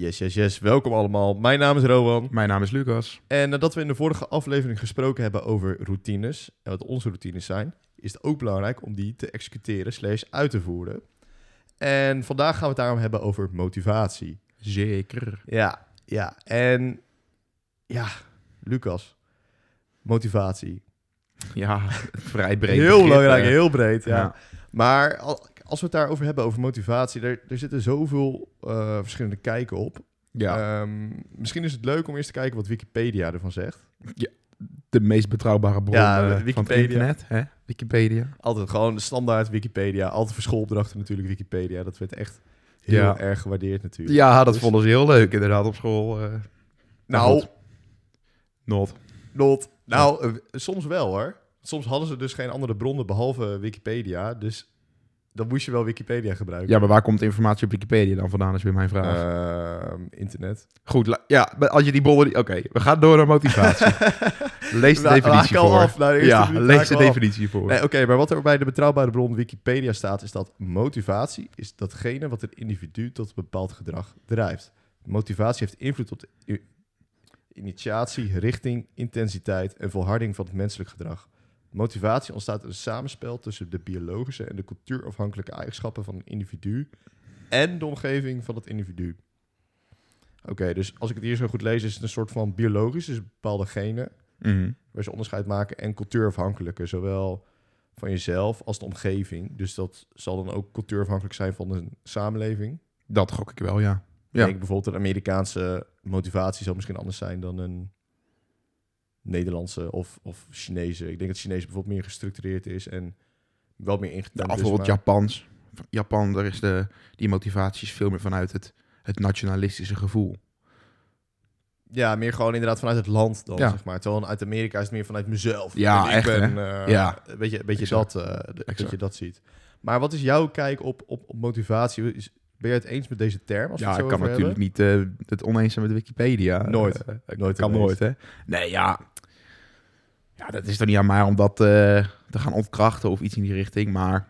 Yes. Welkom allemaal. Mijn naam is Rowan. Mijn naam is Lucas. En nadat we in de vorige aflevering gesproken hebben over routines en wat onze routines zijn, is het ook belangrijk om die te executeren / uit te voeren. En vandaag gaan we het daarom hebben over motivatie. Zeker. Ja. En ja, Lucas, motivatie. Ja, vrij breed. Heel begrip, belangrijk, heel breed, ja. Ja. Maar als we het daarover hebben, over motivatie, er zitten zoveel verschillende kijken op. Ja, Misschien is het leuk om eerst te kijken wat Wikipedia ervan zegt. de meest betrouwbare bron Ja, van het Wikipedia. internet. Hè? Wikipedia. Altijd gewoon de standaard Wikipedia. Altijd voor schoolopdrachten natuurlijk Wikipedia. Dat werd echt heel erg gewaardeerd natuurlijk. Ja, dat Dus- vonden ze heel leuk inderdaad op school. Nou, Not. soms wel hoor. Soms hadden ze dus geen andere bronnen behalve Wikipedia. Dus dan moest je wel Wikipedia gebruiken. Ja, maar waar komt de informatie op Wikipedia dan vandaan, is weer mijn vraag. Internet. Goed, maar als je die bronnen... Oké, we gaan door naar motivatie. Lees de definitie voor. Lees de definitie voor. Nee, oké, maar wat er bij de betrouwbare bron Wikipedia staat, is dat motivatie is datgene wat een individu tot een bepaald gedrag drijft. Motivatie heeft invloed op de initiatie, richting, intensiteit en volharding van het menselijk gedrag. Motivatie ontstaat uit een samenspel tussen de biologische en de cultuurafhankelijke eigenschappen van een individu en de omgeving van het individu. Oké, dus als ik het hier zo goed lees, is het een soort van biologisch, dus bepaalde genen, Mhm. waar ze onderscheid maken, en cultuurafhankelijke, zowel van jezelf als de omgeving. Dus dat zal dan ook cultuurafhankelijk zijn van een samenleving. Dat gok ik wel, ja. Ik denk bijvoorbeeld een Amerikaanse motivatie zal misschien anders zijn dan een Nederlandse of Chinese. Ik denk dat Chinese bijvoorbeeld meer gestructureerd is en wel meer ingetemd is. Bijvoorbeeld maar- Japans. Japan, daar is die motivatie is veel meer vanuit het nationalistische gevoel. Ja, meer gewoon inderdaad vanuit het land dan, Ja. zeg maar. Terwijl uit Amerika is het meer vanuit mezelf. Ja, En ik echt, ben, hè? Ja. Een beetje Exact. dat je dat ziet. Maar wat is jouw kijk op motivatie? Ben je het eens met deze term? Als we Ja, het zo ik kan over natuurlijk hebben? niet het oneens zijn met Wikipedia. Nooit. Nooit Kan oneens. nooit, hè? Nee, ja, dat is toch niet aan mij om dat te gaan ontkrachten of iets in die richting. Maar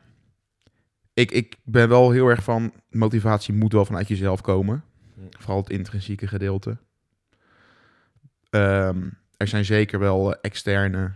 ik ben wel heel erg van, motivatie moet wel vanuit jezelf komen. Vooral het intrinsieke gedeelte. Er zijn zeker wel externe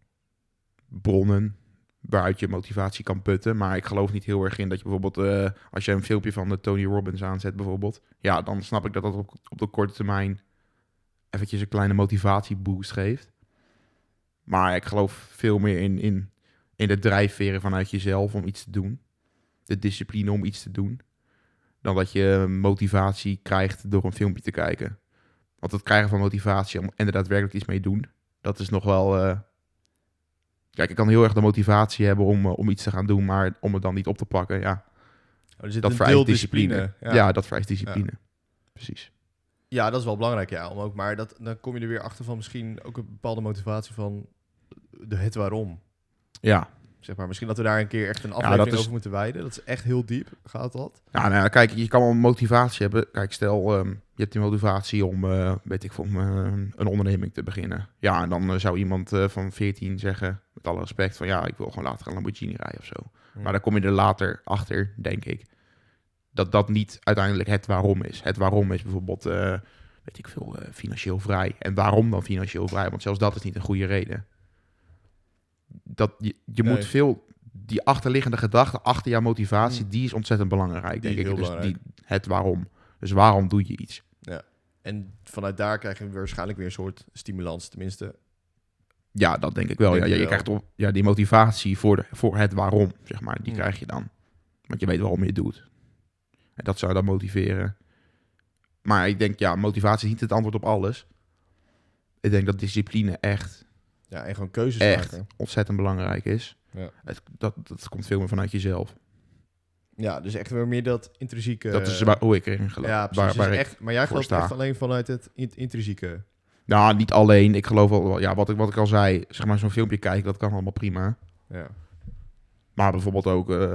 bronnen waaruit je motivatie kan putten. Maar ik geloof niet heel erg in dat je bijvoorbeeld, als je een filmpje van de Tony Robbins aanzet bijvoorbeeld, ja, dan snap ik dat dat op de korte termijn eventjes een kleine motivatieboost geeft. Maar ik geloof veel meer in de drijfveren vanuit jezelf om iets te doen. De discipline om iets te doen. Dan dat je motivatie krijgt door een filmpje te kijken. Want het krijgen van motivatie en er daadwerkelijk iets mee doen, dat is nog wel... Kijk, ik kan heel erg de motivatie hebben om iets te gaan doen, maar om het dan niet op te pakken, ja. Er zit Dat een vereist deel discipline. Ja, dat vereist discipline. Precies. Ja, dat is wel belangrijk, ja. Maar dan kom je er weer achter van misschien ook een bepaalde motivatie van het waarom. Ja. Zeg maar, misschien dat we daar een keer echt een aflevering over moeten wijden. Dat is echt heel diep, gaat dat? Ja, nou ja, kijk, je kan wel motivatie hebben. Kijk, stel, je hebt die motivatie om, een onderneming te beginnen. Ja, en dan zou iemand van 14 zeggen, met alle respect, van ja, ik wil gewoon later een Lamborghini rijden of zo. Maar dan kom je er later achter, denk ik, dat dat niet uiteindelijk het waarom is. Het waarom is bijvoorbeeld, financieel vrij. En waarom dan financieel vrij? Want zelfs dat is niet een goede reden. Dat je moet veel, die achterliggende gedachte achter jouw motivatie, die is ontzettend belangrijk, denk ik. Heel Dus belangrijk. het waarom. Dus waarom doe je iets? Ja. En vanuit daar krijg je waarschijnlijk weer een soort stimulans, tenminste. Ja, dat denk ik wel. Denk Ja, je je wel. krijgt die motivatie voor het waarom, zeg maar. Die krijg je dan. Want je weet waarom je het doet. En dat zou dan motiveren. Maar ik denk, ja, motivatie is niet het antwoord op alles. Ik denk dat discipline echt Ja, en gewoon keuzes maken. ontzettend belangrijk is. Ja. Dat komt veel meer vanuit jezelf. Ja, dus echt weer meer dat intrinsieke... Dat is hoe ik erin geloof. Ja, precies. Waar Dus ik echt, maar jij gelooft sta. echt alleen vanuit het intrinsieke. Nou, niet alleen. Ik geloof wel, ja, wat ik al zei, zeg maar zo'n filmpje kijken, dat kan allemaal prima. Ja. Maar bijvoorbeeld ook,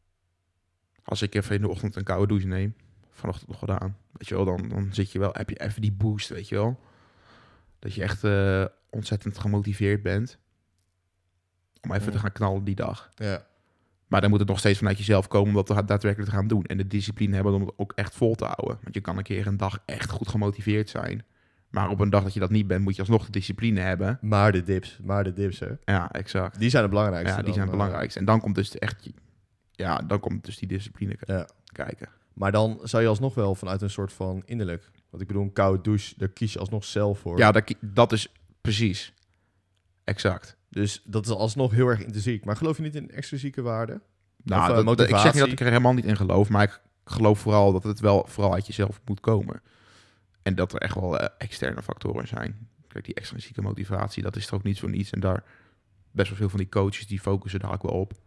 als ik even in de ochtend een koude douche neem, vanochtend nog gedaan, weet je wel, dan zit je wel, heb je even die boost, weet je wel. Dat je echt ontzettend gemotiveerd bent om even te gaan knallen die dag. Ja. Maar dan moet het nog steeds vanuit jezelf komen om dat daadwerkelijk te gaan doen. En de discipline hebben om het ook echt vol te houden. Want je kan een keer een dag echt goed gemotiveerd zijn. Maar op een dag dat je dat niet bent, moet je alsnog de discipline hebben. Maar de dips, hè. Ja, exact. Die zijn het belangrijkste. Ja, die zijn het belangrijkste. En dan komt dus echt... Ja, dan komt dus die discipline kijken. Maar dan zou je alsnog wel vanuit een soort van innerlijk... Want ik bedoel, een koude douche, daar kies je alsnog zelf voor. Ja, dat is precies. Exact. Dus dat is alsnog heel erg intrinsiek. Maar geloof je niet in extrinsieke waarden? Nou, Of, motivatie? ik zeg niet dat ik er helemaal niet in geloof, maar ik geloof vooral dat het wel vooral uit jezelf moet komen. En dat er echt wel externe factoren zijn. Kijk, die extrinsieke motivatie, dat is er ook niet voor niets. En daar best wel veel van die coaches, die focussen daar ook wel op.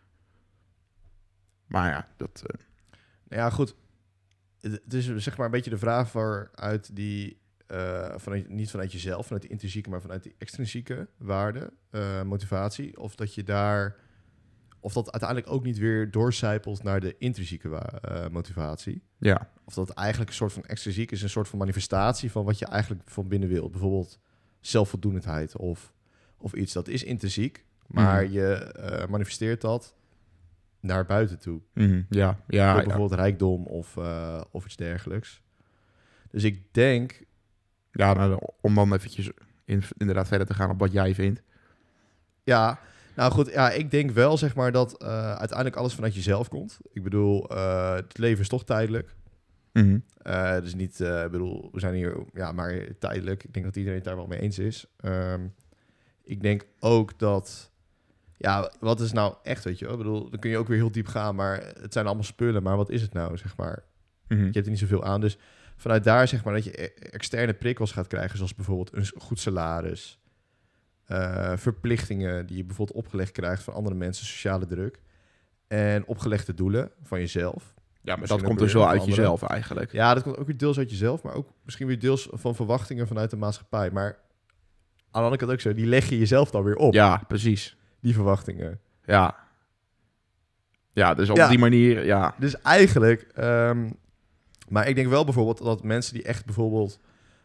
Maar ja, dat... Nou ja, goed. Het is zeg maar een beetje de vraag waaruit die... niet vanuit jezelf, vanuit die intrinsieke, maar vanuit die extrinsieke waarde, motivatie. Of dat je daar... Of dat uiteindelijk ook niet weer doorcijpelt naar de intrinsieke motivatie. Ja. Of dat eigenlijk een soort van extrinsiek is, een soort van manifestatie van wat je eigenlijk van binnen wilt. Bijvoorbeeld zelfvoldoendheid of iets. Dat is intrinsiek, maar je manifesteert dat naar buiten toe. Ja. Door bijvoorbeeld rijkdom of iets dergelijks. Dus ik denk... Ja, nou, om dan eventjes inderdaad verder te gaan op wat jij vindt. Ja, nou goed, ja, ik denk wel zeg maar dat uiteindelijk alles vanuit jezelf komt. Ik bedoel, het leven is toch tijdelijk. Dus niet, ik bedoel, we zijn hier maar tijdelijk. Ik denk dat iedereen het daar wel mee eens is. Ik denk ook dat, ja, wat is nou echt, weet je wel? Ik bedoel, dan kun je ook weer heel diep gaan, maar het zijn allemaal spullen. Maar wat is het nou, zeg maar? Je hebt er niet zoveel aan. Dus vanuit daar, zeg maar, dat je externe prikkels gaat krijgen, zoals bijvoorbeeld een goed salaris, verplichtingen die je bijvoorbeeld opgelegd krijgt van andere mensen, sociale druk en opgelegde doelen van jezelf. Ja, maar dat komt dus wel uit jezelf eigenlijk. Ja, dat komt ook weer deels uit jezelf, maar ook misschien weer deels van verwachtingen vanuit de maatschappij. Maar aan de andere kant ook zo, die leg je jezelf dan weer op. Ja, precies. Die verwachtingen. Ja. Ja, dus op die manier, ja. Dus eigenlijk, maar ik denk wel bijvoorbeeld dat mensen die echt bijvoorbeeld,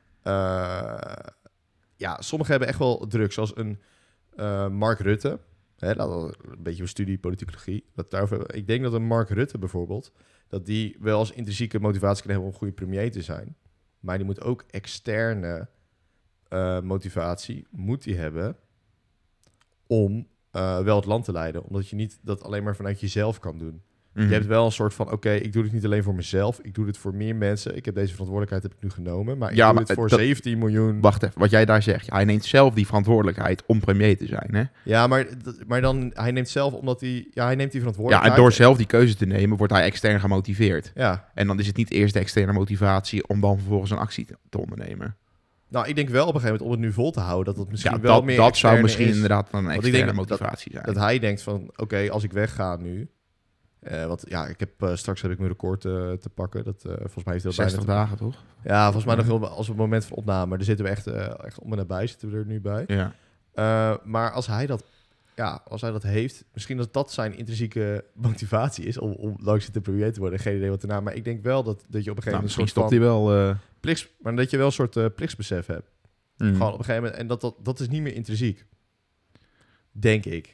sommigen hebben echt wel druk, zoals een Mark Rutte. Hè, een beetje een studie politicologie. Ik denk dat een Mark Rutte bijvoorbeeld, dat die wel als intrinsieke motivatie kan hebben om een goede premier te zijn. Maar die moet ook externe motivatie moet die hebben om wel het land te leiden. Omdat je niet dat alleen maar vanuit jezelf kan doen. Je hebt wel een soort van, oké, ik doe dit niet alleen voor mezelf. Ik doe dit voor meer mensen. Ik heb deze verantwoordelijkheid heb ik nu genomen. Maar ik doe het voor 17 miljoen... Wacht even, wat jij daar zegt. Hij neemt zelf die verantwoordelijkheid om premier te zijn, hè? Ja, maar dan, hij neemt zelf, omdat hij... Ja, hij neemt die verantwoordelijkheid. Ja, en door zelf die keuze te nemen, wordt hij extern gemotiveerd. Ja. En dan is het niet eerst de externe motivatie om dan vervolgens een actie te ondernemen. Nou, ik denk wel op een gegeven moment om het nu vol te houden, dat het misschien wel meer dat zou misschien is. Inderdaad dan een externe motivatie zijn. Dat hij denkt van, oké, als ik wegga nu... want ja, ik heb straks heb ik mijn record te pakken. Dat volgens mij heeft heel 60 dagen, toch? Ja, volgens mij nog heel, als op het moment van opname. Maar daar zitten we echt om en nabij, zitten we er nu bij. Ja. Maar als hij dat heeft, misschien dat dat zijn intrinsieke motivatie is om langs te premier te worden. Geen idee wat erna. Maar ik denk wel dat je op een gegeven moment een soort van hij wel maar dat je wel een soort plichtsbesef hebt. Gewoon op een gegeven moment. En dat is niet meer intrinsiek. Denk ik.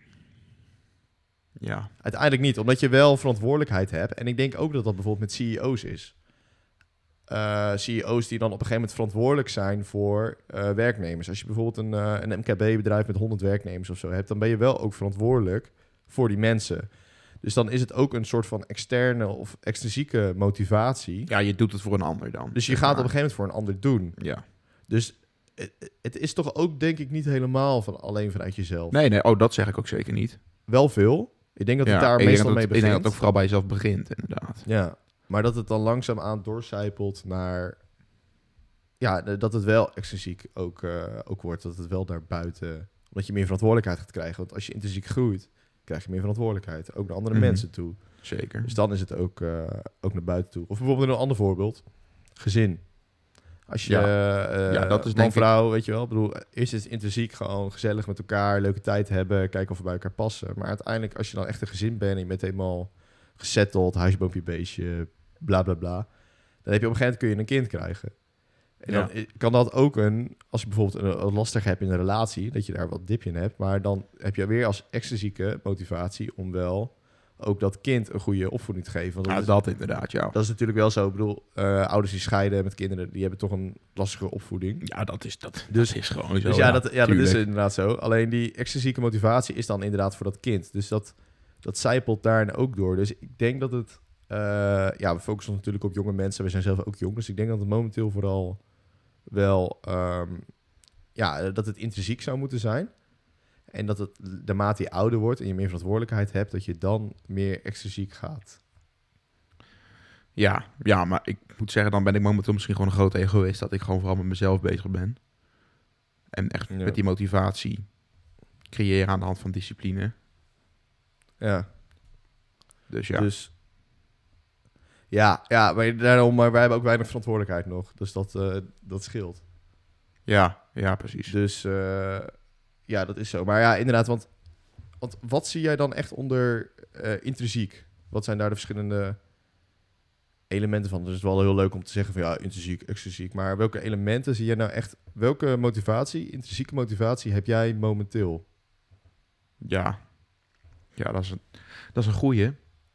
Ja. Uiteindelijk niet, omdat je wel verantwoordelijkheid hebt. En ik denk ook dat dat bijvoorbeeld met CEO's is. CEO's die dan op een gegeven moment verantwoordelijk zijn voor werknemers. Als je bijvoorbeeld een MKB-bedrijf met 100 werknemers of zo hebt, dan ben je wel ook verantwoordelijk voor die mensen. Dus dan is het ook een soort van externe of extrinsieke motivatie. Ja, je doet het voor een ander dan. Dus je gaat op een gegeven moment voor een ander doen. Ja. Dus het is toch ook, denk ik, niet helemaal alleen vanuit jezelf. Nee, dat zeg ik ook zeker niet. Wel veel. Ik denk dat het daar meestal mee begint. Ik denk dat het ook vooral bij jezelf begint, inderdaad. Ja, maar dat het dan langzaamaan doorcijpelt naar... Ja, dat het wel extrinsiek ook wordt. Dat het wel daar buiten... Omdat je meer verantwoordelijkheid gaat krijgen. Want als je intrinsiek groeit, krijg je meer verantwoordelijkheid. Ook naar andere mensen toe. Zeker. Dus dan is het ook naar buiten toe. Of bijvoorbeeld een ander voorbeeld. Gezin. Als je dat is man, vrouw, weet je wel. Ik bedoel, eerst is het intrinsiek gewoon gezellig met elkaar, leuke tijd hebben, kijken of we bij elkaar passen. Maar uiteindelijk, als je dan echt een gezin bent en je bent helemaal gesetteld, huisje, boompje, beestje, bla bla bla. Dan heb je op een gegeven moment kun je een kind krijgen. En dan kan dat ook als je bijvoorbeeld een lastig hebt in een relatie, dat je daar wat dipje in hebt, maar dan heb je weer als extrinsieke motivatie om wel ook dat kind een goede opvoeding te geven. Want Dat inderdaad, ja. dat is natuurlijk wel zo. Ik bedoel, ouders die scheiden met kinderen, die hebben toch een lastige opvoeding. Ja, dat is gewoon zo. Dus dat is inderdaad zo. Alleen die extrinsieke motivatie is dan inderdaad voor dat kind. Dus dat zijpelt daar ook door. Dus ik denk dat het... we focussen ons natuurlijk op jonge mensen. We zijn zelf ook jong. Dus ik denk dat het momenteel vooral wel... dat het intrinsiek zou moeten zijn. En dat het, naarmate je ouder wordt en je meer verantwoordelijkheid hebt, dat je dan meer extrinsiek gaat. Ja, maar ik moet zeggen, dan ben ik momenteel misschien gewoon een grote egoïst, dat ik gewoon vooral met mezelf bezig ben. En echt met die motivatie creëren aan de hand van discipline. Ja. Dus maar wij hebben ook weinig verantwoordelijkheid nog. Dus dat scheelt. Ja, precies. Dus dat is zo. Maar ja, inderdaad, want wat zie jij dan echt onder intrinsiek? Wat zijn daar de verschillende elementen van? Dus het is wel heel leuk om te zeggen van intrinsiek, extrinsiek. Maar welke elementen zie jij nou echt... Welke motivatie, intrinsieke motivatie, heb jij momenteel? Ja, dat is een goeie.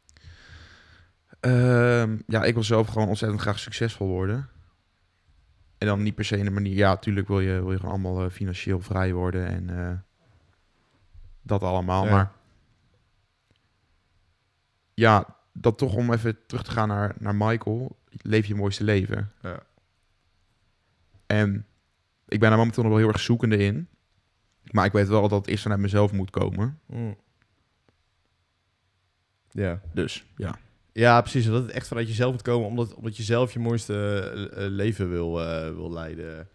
Ik wil zelf gewoon ontzettend graag succesvol worden. En dan niet per se in de manier... Ja, natuurlijk wil je gewoon allemaal financieel vrij worden en dat allemaal. Ja. Maar ja, dat toch om even terug te gaan naar Michael. Leef je mooiste leven. Ja. En ik ben daar momenteel nog wel heel erg zoekende in. Maar ik weet wel dat het eerst vanuit mezelf moet komen. Ja. Dus, ja. Ja, precies. Dat het echt vanuit jezelf moet komen, omdat je zelf je mooiste leven wil leiden.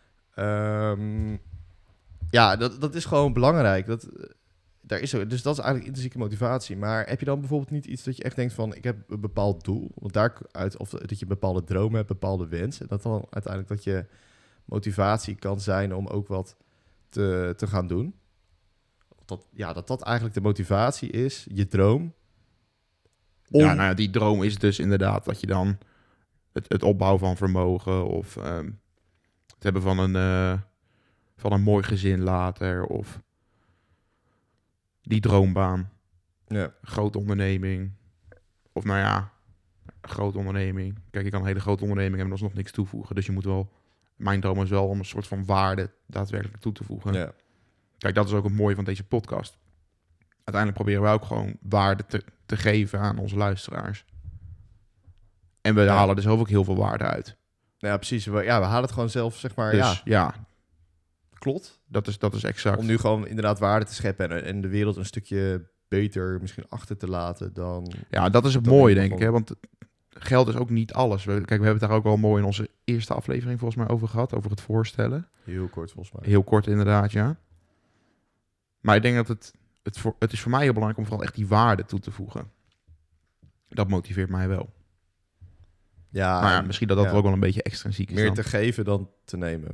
Dat is gewoon belangrijk. Dus dat is eigenlijk intrinsieke motivatie. Maar heb je dan bijvoorbeeld niet iets dat je echt denkt van... ik heb een bepaald doel, want daaruit, of dat je bepaalde dromen hebt, bepaalde wensen. Dat dan uiteindelijk dat je motivatie kan zijn om ook wat te gaan doen. Dat eigenlijk de motivatie is, je droom... Ja, die droom is dus inderdaad dat je dan het opbouwen van vermogen of het hebben van een mooi gezin later of die droombaan. Ja. Grote onderneming. Of een grote onderneming. Kijk, je kan een hele grote onderneming hebben en alsnog niks toevoegen. Dus je moet wel... Mijn droom is wel om een soort van waarde daadwerkelijk toe te voegen. Ja. Kijk, dat is ook het mooie van deze podcast. Uiteindelijk proberen wij ook gewoon waarde te geven aan onze luisteraars. En we halen er zelf ook heel veel waarde uit. Ja, precies. We halen het gewoon zelf, zeg maar. Dus, Klopt. Dat is exact. Om nu gewoon inderdaad waarde te scheppen en de wereld een stukje beter misschien achter te laten dan... Ja, dat is het mooie, denk ik. Hè? Want geld is ook niet alles. We hebben het daar ook wel mooi in onze eerste aflevering volgens mij over gehad. Over het voorstellen. Heel kort volgens mij. Heel kort inderdaad, ja. Maar ik denk dat het is voor mij heel belangrijk om vooral echt die waarde toe te voegen. Dat motiveert mij wel. Ja, maar misschien dat ook wel een beetje extrinsiek is. Meer te geven dan te nemen.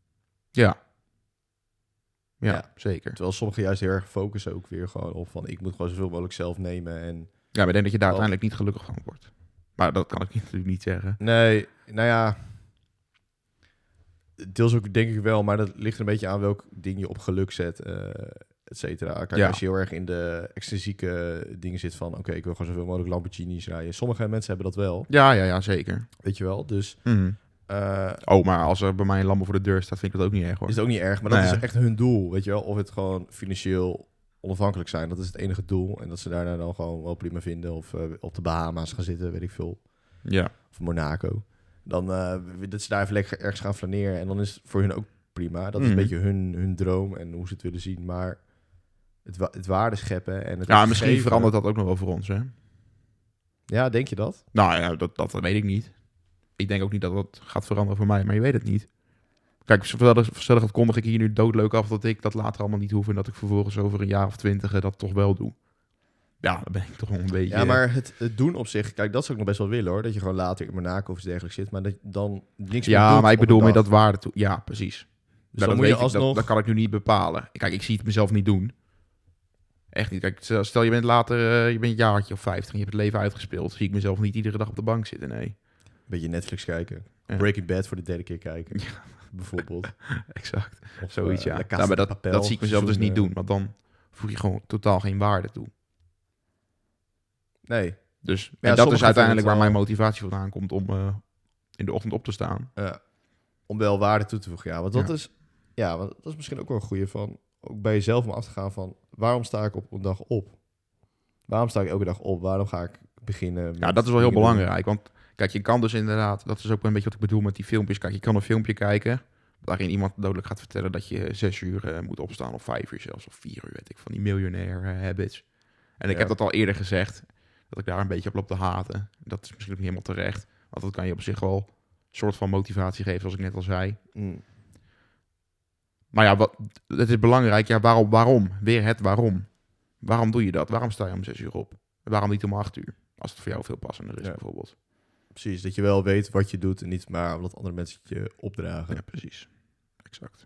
Ja, zeker. Terwijl sommigen juist heel erg focussen ook weer gewoon op van... ik moet gewoon zoveel mogelijk zelf nemen. En ja, maar ik denk dat je daar uiteindelijk niet gelukkig van wordt. Maar dat kan ik natuurlijk niet zeggen. Nee, nou ja... Deels ook denk ik wel, maar dat ligt een beetje aan welk ding je op geluk zet, et cetera. Kijk, als je heel erg in de extrinsieke dingen zit van... oké, ik wil gewoon zoveel mogelijk Lamborghinis rijden. Sommige mensen hebben dat wel. Ja, zeker. Weet je wel, dus... maar als er bij mij een Lambo voor de deur staat, vind ik dat ook niet erg, hoor. Is het ook niet erg, maar dat is echt hun doel, weet je wel. Of het gewoon financieel onafhankelijk zijn. Dat is het enige doel. En dat ze daarna dan gewoon wel prima vinden. Of op de Bahama's gaan zitten, weet ik veel. Ja. Of Monaco. Dan dat ze daar even lekker ergens gaan flaneren. En dan is het voor hun ook prima. Dat is een beetje hun droom en hoe ze het willen zien. Maar het waarde scheppen en het misschien geven, verandert dat ook nog wel voor ons, hè? Ja, denk je dat? Nou ja, dat weet ik niet. Ik denk ook niet dat dat gaat veranderen voor mij, maar je weet het niet. Kijk, stellig kondig ik hier nu doodleuk af dat ik dat later allemaal niet hoef en dat ik vervolgens over een jaar of 20 dat toch wel doe. Ja, dan ben ik toch wel een beetje... Ja, maar het doen op zich, kijk, dat zou ik nog best wel willen, hoor. Dat je gewoon later in Monaco of iets dergelijks zit, maar dat dan niks meer doet. Ja, maar ik bedoel met dat waarde toe. Ja, precies. Dus dan moet je alsnog... Dat kan ik nu niet bepalen. Kijk, ik zie het mezelf niet doen. Echt niet. Kijk, stel je bent later, je bent een jaartje of 50 en je hebt het leven uitgespeeld. Zie ik mezelf niet iedere dag op de bank zitten, nee. Beetje Netflix kijken. Ja. Breaking Bad voor de derde keer kijken. Bijvoorbeeld. Exact. Of, Zoiets, La ja. Casa Maar de Papel, dat zie ik mezelf dus seizoen, niet doen. Want dan voeg je gewoon totaal geen waarde toe. Nee. Dus, Ja, en dat is sommigen uiteindelijk waar vinden mijn het motivatie vandaan komt om in de ochtend op te staan. om wel waarde toe te voegen. Ja, want dat Ja. is... Ja, want dat is misschien ook wel een goeie van... Ook bij jezelf om af te gaan van... Waarom sta ik op een dag op? Waarom sta ik elke dag op? Waarom ga ik beginnen met Ja, dat is wel heel dingen doen? belangrijk. Want kijk, je kan dus inderdaad... Dat is ook een beetje wat ik bedoel met die filmpjes. Kijk, je kan een filmpje kijken... waarin iemand dodelijk gaat vertellen dat je 6 uur moet opstaan... of 5 uur zelfs, of 4 uur, weet ik. Van die miljonair habits. En ik Ja. heb dat al eerder gezegd... dat ik daar een beetje op loop te haten. Dat is misschien ook niet helemaal terecht. Want dat kan je op zich wel... een soort van motivatie geven, zoals ik net al zei. Mm. Maar ja, het is belangrijk. Ja, waarom? Weer het waarom. Waarom doe je dat? Waarom sta je om 6 uur op? Waarom niet om 8 uur? Als het voor jou veel passender is, Ja. bijvoorbeeld. Precies, dat je wel weet wat je doet... en niet maar omdat andere mensen het je opdragen. Ja, precies. Exact.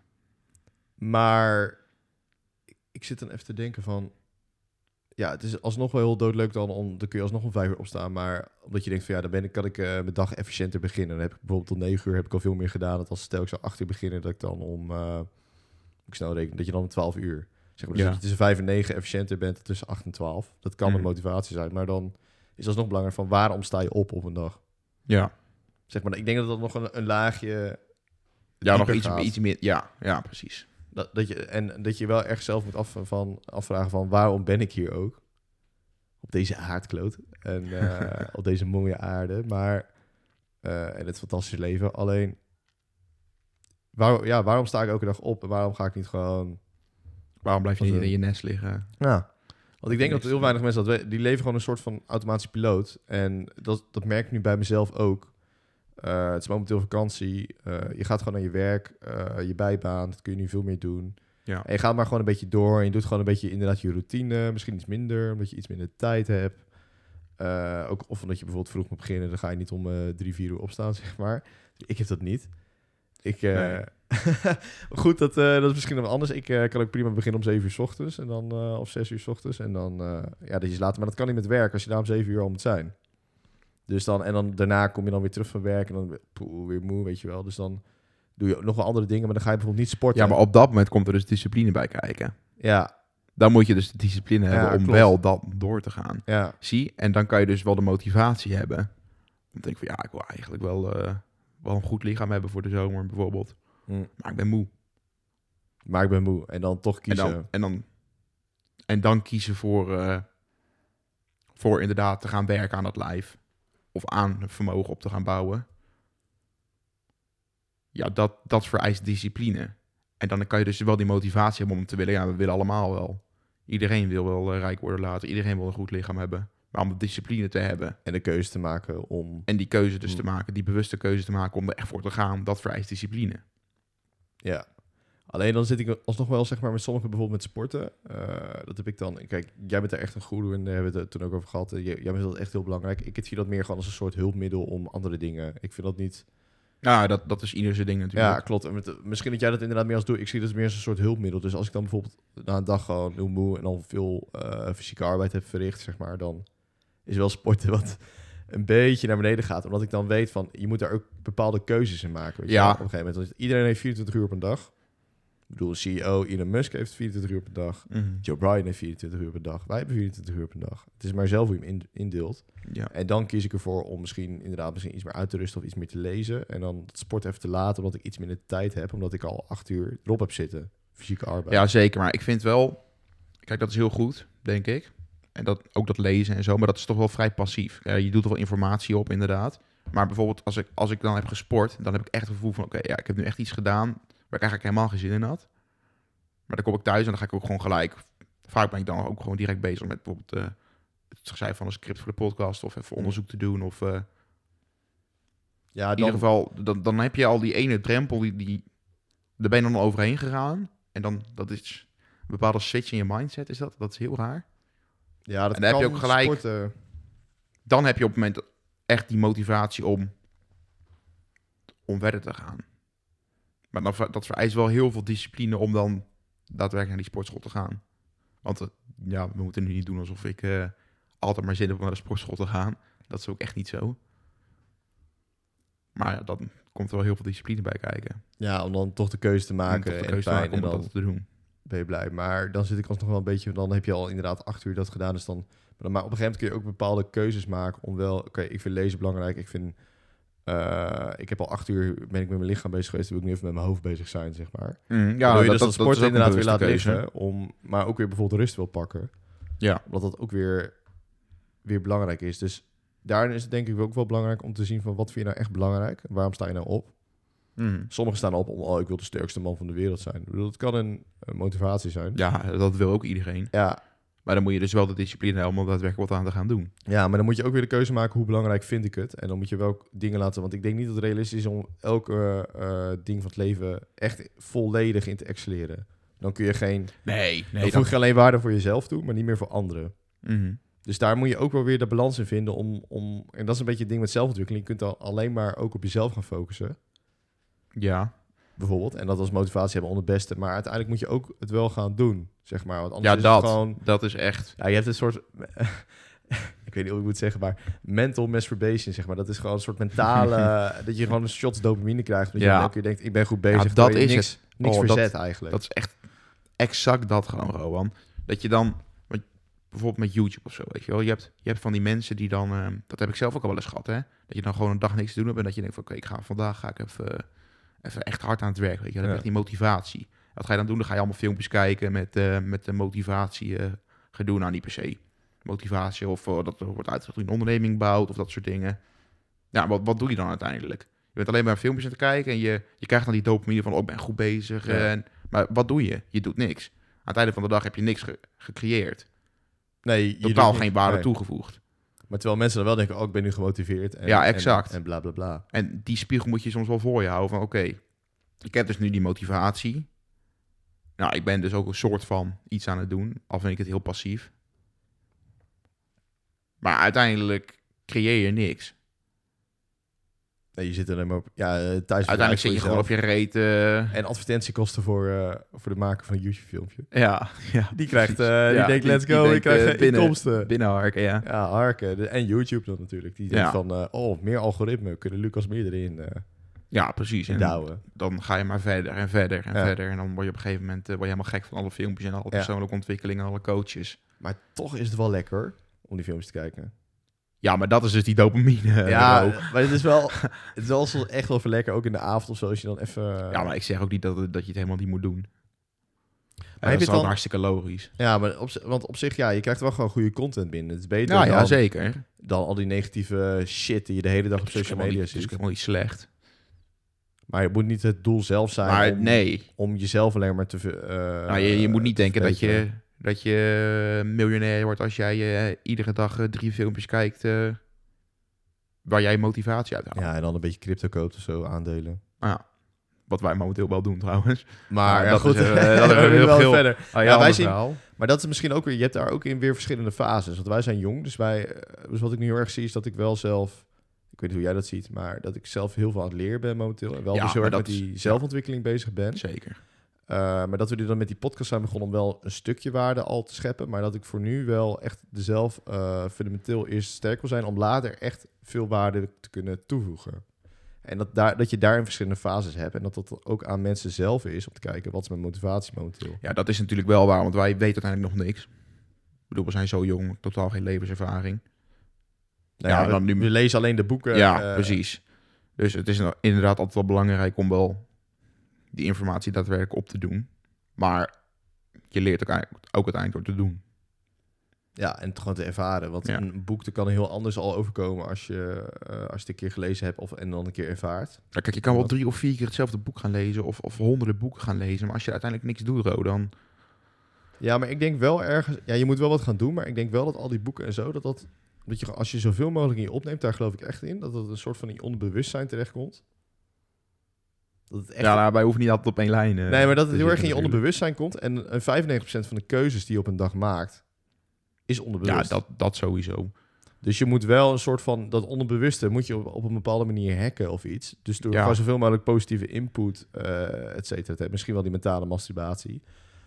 Maar ik zit dan even te denken van... Ja, het is alsnog wel heel doodleuk dan kun je alsnog om 5 uur opstaan. Maar omdat je denkt van ja, kan ik mijn dag efficiënter beginnen. Dan heb ik bijvoorbeeld tot 9 uur heb ik al veel meer gedaan. Dat als stel ik zou 8 uur beginnen, dat ik dan om... ik snel reken, dat je dan om 12 uur... Zeg maar, dus Ja. dat je tussen 5 en 9 efficiënter bent tussen 8 en 12. Dat kan een Mhm. motivatie zijn. Maar dan is alsnog belangrijk van waarom sta je op een dag? Ja. Zeg maar, ik denk dat dat nog een laagje... Ja, nog dieper gaat. iets meer. Ja, precies. Dat je wel echt zelf moet afvragen van waarom ben ik hier ook? Op deze aardkloot. En op deze mooie aarde. Maar, en het fantastische leven. Alleen, waarom sta ik elke dag op? En waarom ga ik niet gewoon... Waarom blijf je Wat niet een- in je nest liggen? Ja. Want ik denk dat niks heel weinig mensen die leven gewoon een soort van automatische piloot. En dat merk ik nu bij mezelf ook. Het is momenteel vakantie. Je gaat gewoon naar je werk. Je bijbaan. Dat kun je nu veel meer doen. Ja. En je gaat maar gewoon een beetje door. En je doet gewoon een beetje inderdaad je routine. Misschien iets minder, omdat je iets minder tijd hebt. Ook of omdat je bijvoorbeeld vroeg moet beginnen. Dan ga je niet om 3, 4 uur opstaan, zeg maar. Ik heb dat niet. Nee. Goed, dat is misschien nog anders. Ik kan ook prima beginnen om 7 uur 's ochtends. En dan, of 6 uur 's ochtends. En dan, dat is later. Maar dat kan niet met werk als je daar om 7 uur al moet zijn. Dus dan daarna kom je dan weer terug van werk. En dan weer moe, weet je wel. Dus dan doe je nog wel andere dingen. Maar dan ga je bijvoorbeeld niet sporten. Ja, maar op dat moment komt er dus discipline bij kijken. Ja, Dan moet je dus de discipline hebben om klopt. wel dat door te gaan. ja. Zie? En dan kan je dus wel de motivatie hebben. Dan denk ik van ja, ik wil eigenlijk wel een goed lichaam hebben voor de zomer bijvoorbeeld. Maar ik ben moe. Maar ik ben moe. En dan toch kiezen. En dan kiezen voor inderdaad te gaan werken aan dat lijf. Of aan vermogen op te gaan bouwen. Ja, dat vereist discipline. En dan kan je dus wel die motivatie hebben om te willen. Ja, we willen allemaal wel. Iedereen wil wel rijk worden later. Iedereen wil een goed lichaam hebben. Maar om de discipline te hebben. En de keuze te maken om... En die keuze dus te maken. Die bewuste keuze te maken om er echt voor te gaan. Dat vereist discipline. Ja. Alleen dan zit ik alsnog wel, zeg maar, met sommigen bijvoorbeeld met sporten. Dat heb ik dan... Kijk, jij bent er echt een goeroe en daar hebben we het toen ook over gehad. Jij vindt dat echt heel belangrijk. Ik zie dat meer gewoon als een soort hulpmiddel om andere dingen. Ik vind dat niet... Ja, dat is ieder zijn ding natuurlijk. Ja, klopt. En misschien dat jij dat inderdaad meer als doet. Ik zie dat meer als een soort hulpmiddel. Dus als ik dan bijvoorbeeld na een dag gewoon heel moe en dan veel fysieke arbeid heb verricht, zeg maar, dan is wel sporten wat een beetje naar beneden gaat. Omdat ik dan weet van, je moet daar ook bepaalde keuzes in maken. Weet je Ja. wel? Op een gegeven moment. Want iedereen heeft 24 uur op een dag. Ik bedoel, de CEO Elon Musk heeft 24 uur per dag. Mhm. Joe Bryan heeft 24 uur per dag. Wij hebben 24 uur per dag. Het is maar zelf hoe je hem indeelt. Ja. En dan kies ik ervoor om misschien iets meer uit te rusten of iets meer te lezen. En dan het sport even te laten, omdat ik iets minder tijd heb. Omdat ik al 8 uur erop heb zitten. Fysieke arbeid. Ja, zeker. Maar ik vind wel... Kijk, dat is heel goed, denk ik. En ook dat lezen en zo. Maar dat is toch wel vrij passief. Je doet er wel informatie op, inderdaad. Maar bijvoorbeeld, als ik dan heb gesport... dan heb ik echt het gevoel van... Oké, ik heb nu echt iets gedaan... waar ik eigenlijk helemaal geen zin in had. Maar dan kom ik thuis en dan ga ik ook gewoon gelijk... Vaak ben ik dan ook gewoon direct bezig met bijvoorbeeld... het schrijven van een script voor de podcast... of even onderzoek te doen. Of Ja, in ieder geval... Dan heb je al die ene drempel... daar ben je dan overheen gegaan. En dan, dat is een bepaalde switch in je mindset, is dat? Dat is heel raar. Ja, dat en dan heb je kan ook gelijk- sporten. Dan heb je op het moment echt die motivatie om verder te gaan. Maar dat vereist wel heel veel discipline om dan daadwerkelijk naar die sportschool te gaan. Want we moeten nu niet doen alsof ik altijd maar zin heb om naar de sportschool te gaan. Dat is ook echt niet zo. Maar ja, dan komt er wel heel veel discipline bij kijken. Ja, om dan toch de keuze te maken Om toch de en keuze te pijn maken en om dan dat te doen. ben je blij. Maar dan zit ik alsnog wel een beetje... Dan heb je al inderdaad 8 uur dat gedaan. Dus dan, maar op een gegeven moment kun je ook bepaalde keuzes maken om wel... Oké, ik vind lezen belangrijk. Ik vind... ik heb al 8 uur ben ik met mijn lichaam bezig geweest. Dan wil ik nu even met mijn hoofd bezig zijn, zeg maar. Ja, wil je dus dat is sport ook een inderdaad weer bewuste laten keuze. liggen. Maar ook weer bijvoorbeeld rust wil pakken. Ja. Omdat dat ook weer belangrijk is. Dus daarin is het denk ik ook wel belangrijk om te zien van... Wat vind je nou echt belangrijk? En waarom sta je nou op? Sommigen staan op om... ik wil de sterkste man van de wereld zijn. Ik bedoel, dat kan een motivatie zijn. Ja, dat wil ook iedereen. Ja, Maar dan moet je dus wel de discipline hebben om daadwerkelijk wat aan te gaan doen. ja, maar dan moet je ook weer de keuze maken... hoe belangrijk vind ik het? En dan moet je wel dingen laten... Want ik denk niet dat het realistisch is om elke ding van het leven... echt volledig in te excelleren. Dan kun je geen... Nee. dan voeg je alleen waarde voor jezelf toe... maar niet meer voor anderen. Mhm. Dus daar moet je ook wel weer de balans in vinden om... En dat is een beetje het ding met zelfontwikkeling. Je kunt dan alleen maar ook op jezelf gaan focussen. Ja. Bijvoorbeeld. En dat als motivatie hebben onder het beste. Maar uiteindelijk moet je ook het wel gaan doen, zeg maar. Want anders is het gewoon... Dat is echt... Ja, je hebt een soort... ik weet niet hoe ik moet zeggen, maar... Mental masturbation, zeg maar. Dat is gewoon een soort mentale... dat je gewoon een shots dopamine krijgt. Dat je dan elke keer denkt, ik ben goed bezig. Ja, dat is niks verzet eigenlijk. Dat is echt exact dat gewoon, Rowan. Dat je dan... Bijvoorbeeld met YouTube of zo, weet je wel. Je hebt van die mensen die dan... dat heb ik zelf ook al wel eens gehad, hè. Dat je dan gewoon een dag niks te doen hebt... en dat je denkt van, oké, vandaag ga ik even echt hard aan het werk, weet je. Dan heb je echt die motivatie. Wat ga je dan doen? Dan ga je allemaal filmpjes kijken met de motivatie gedoe. Nou, niet per se motivatie of dat er wordt uitgelegd hoe je een onderneming bouwt of dat soort dingen. Ja, wat doe je dan uiteindelijk? Je bent alleen maar filmpjes aan het kijken en je krijgt dan die dopamine van, ik ben goed bezig. Ja. Maar wat doe je? Je doet niks. Aan het einde van de dag heb je niks gecreëerd. Nee, je Totaal doet geen waarde toegevoegd. Maar terwijl mensen dan wel denken, ik ben nu gemotiveerd. En, ja, exact. En bla, bla, bla. En die spiegel moet je soms wel voor je houden van, oké, ik heb dus nu die motivatie. Nou, ik ben dus ook een soort van iets aan het doen, al vind ik het heel passief. Maar uiteindelijk creëer je niks. Nee, je zit alleen maar op... Ja, thuis uiteindelijk zit je gewoon op je reet. En advertentiekosten voor de maken van een YouTube-filmpje. Ja. Die krijgt... die denkt, let's go, ik krijg inkomsten. Binnenharken, ja. Ja, harken. En YouTube dan natuurlijk. Die denkt van, meer algoritme. Kunnen Lucas meer erin ja, precies. En douwen. dan ga je maar verder en verder en verder. En dan word je op een gegeven moment helemaal gek van alle filmpjes en alle persoonlijke ontwikkelingen en alle coaches. Maar toch is het wel lekker om die filmpjes te kijken. Ja, maar dat is dus die dopamine. Ja, maar het is wel echt wel even lekker, ook in de avond of zo, als je dan even... Ja, maar ik zeg ook niet dat je het helemaal niet moet doen. Maar dat is dan hartstikke logisch. Ja, maar want op zich, je krijgt wel gewoon goede content binnen. Het is beter ja, zeker. Dan al die negatieve shit die je de hele dag op social media ziet. Het is helemaal niet slecht. Maar het moet niet het doel zelf zijn om jezelf alleen maar te... je moet niet denken dat je miljonair wordt als jij iedere dag 3 filmpjes kijkt waar jij motivatie uit haalt. Ja, en dan een beetje crypto koopt of zo, aandelen. Ja, wat wij momenteel wel doen trouwens. Maar dat goed, is, dat is heel veel verder. wij zien, maar dat is misschien ook weer... Je hebt daar ook in weer verschillende fases. Want wij zijn jong, dus wat ik nu heel erg zie is dat ik wel zelf... Ik weet niet hoe jij dat ziet, maar dat ik zelf heel veel aan het leren ben momenteel. En wel dus heel erg met die zelfontwikkeling bezig ben. Zeker. Maar dat we dan met die podcast zijn begonnen om wel een stukje waarde al te scheppen. Maar dat ik voor nu wel echt zelf fundamenteel eerst sterk wil zijn om later echt veel waarde te kunnen toevoegen. En dat je daarin verschillende fases hebt. En dat ook aan mensen zelf is om te kijken wat is mijn motivatie momenteel. Ja, dat is natuurlijk wel waar, want wij weten uiteindelijk nog niks. Ik bedoel, we zijn zo jong, totaal geen levenservaring. Nou we lezen alleen de boeken. Ja, precies. Dus het is inderdaad altijd wel belangrijk om wel die informatie daadwerkelijk op te doen. Maar je leert ook uiteindelijk door te doen. Ja, en het gewoon te ervaren. Want een boek kan heel anders al overkomen als je het een keer gelezen hebt en dan een keer ervaart. Ja, kijk, je kan wel 3 of 4 keer hetzelfde boek gaan lezen of honderden boeken gaan lezen. Maar als je uiteindelijk niks doet, dan... Ja, maar ik denk wel ergens... Ja, je moet wel wat gaan doen, maar ik denk wel dat al die boeken en zo... dat je als je zoveel mogelijk in je opneemt, daar geloof ik echt in. Dat het een soort van in je onderbewustzijn terechtkomt. Dat het echt... Ja, wij hoeven niet altijd op één lijn. Nee, maar dat het heel erg in je onderbewustzijn komt. En 95% van de keuzes die je op een dag maakt, is onderbewust. Ja, dat sowieso. Dus je moet wel een soort van... Dat onderbewuste moet je op een bepaalde manier hacken of iets. Dus door gewoon zoveel mogelijk positieve input, et cetera. Misschien wel die mentale masturbatie.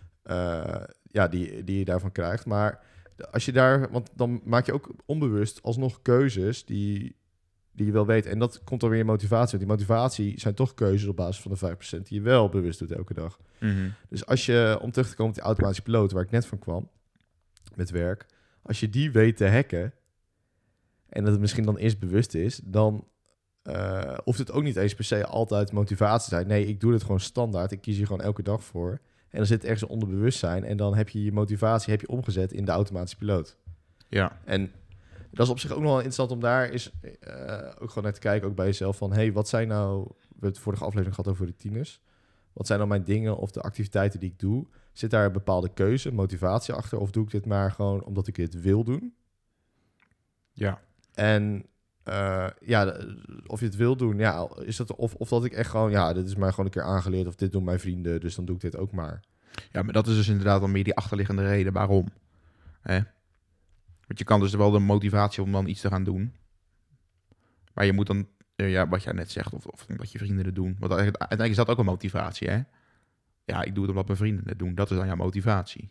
Die je daarvan krijgt. Maar als je daar... Want dan maak je ook onbewust alsnog keuzes die die je wel weet. En dat komt dan weer in motivatie. Want die motivatie zijn toch keuzes op basis van de 5% die je wel bewust doet elke dag. Dus als je, om terug te komen op die automatische piloot, waar ik net van kwam, met werk, als je die weet te hacken, en dat het misschien dan eerst bewust is, dan hoeft het ook niet eens per se altijd motivatie te zijn. Nee, ik doe het gewoon standaard. Ik kies hier gewoon elke dag voor. En dan zit ergens een onderbewustzijn. En dan heb je je motivatie omgezet in de automatische piloot. Ja. En dat is op zich ook nog wel interessant om daar ook gewoon naar te kijken, ook bij jezelf, van hey, wat zijn nou, we hebben het vorige aflevering gehad over routines. Wat zijn dan mijn dingen of de activiteiten die ik doe? Zit daar een bepaalde keuze, motivatie achter? Of doe ik dit maar gewoon omdat ik dit wil doen? Ja. En of je het wil doen, ja, is dat of dat ik echt gewoon, ja, dit is mij gewoon een keer aangeleerd, of dit doen mijn vrienden, dus dan doe ik dit ook maar. Ja, maar dat is dus inderdaad dan meer die achterliggende reden waarom. Want je kan dus wel de motivatie om dan iets te gaan doen. Maar je moet dan, wat jij net zegt, of omdat je vrienden het doen. Want uiteindelijk is dat ook een motivatie, hè? Ja, ik doe het omdat mijn vrienden het doen. Dat is dan jouw motivatie.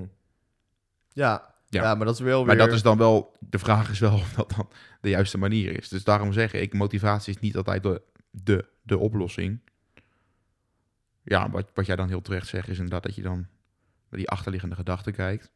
Ja, maar dat is wel weer... Maar dat is dan wel... De vraag is wel of dat dan de juiste manier is. Dus daarom zeg ik, motivatie is niet altijd de oplossing. Ja, wat jij dan heel terecht zegt, is inderdaad dat je dan naar die achterliggende gedachten kijkt.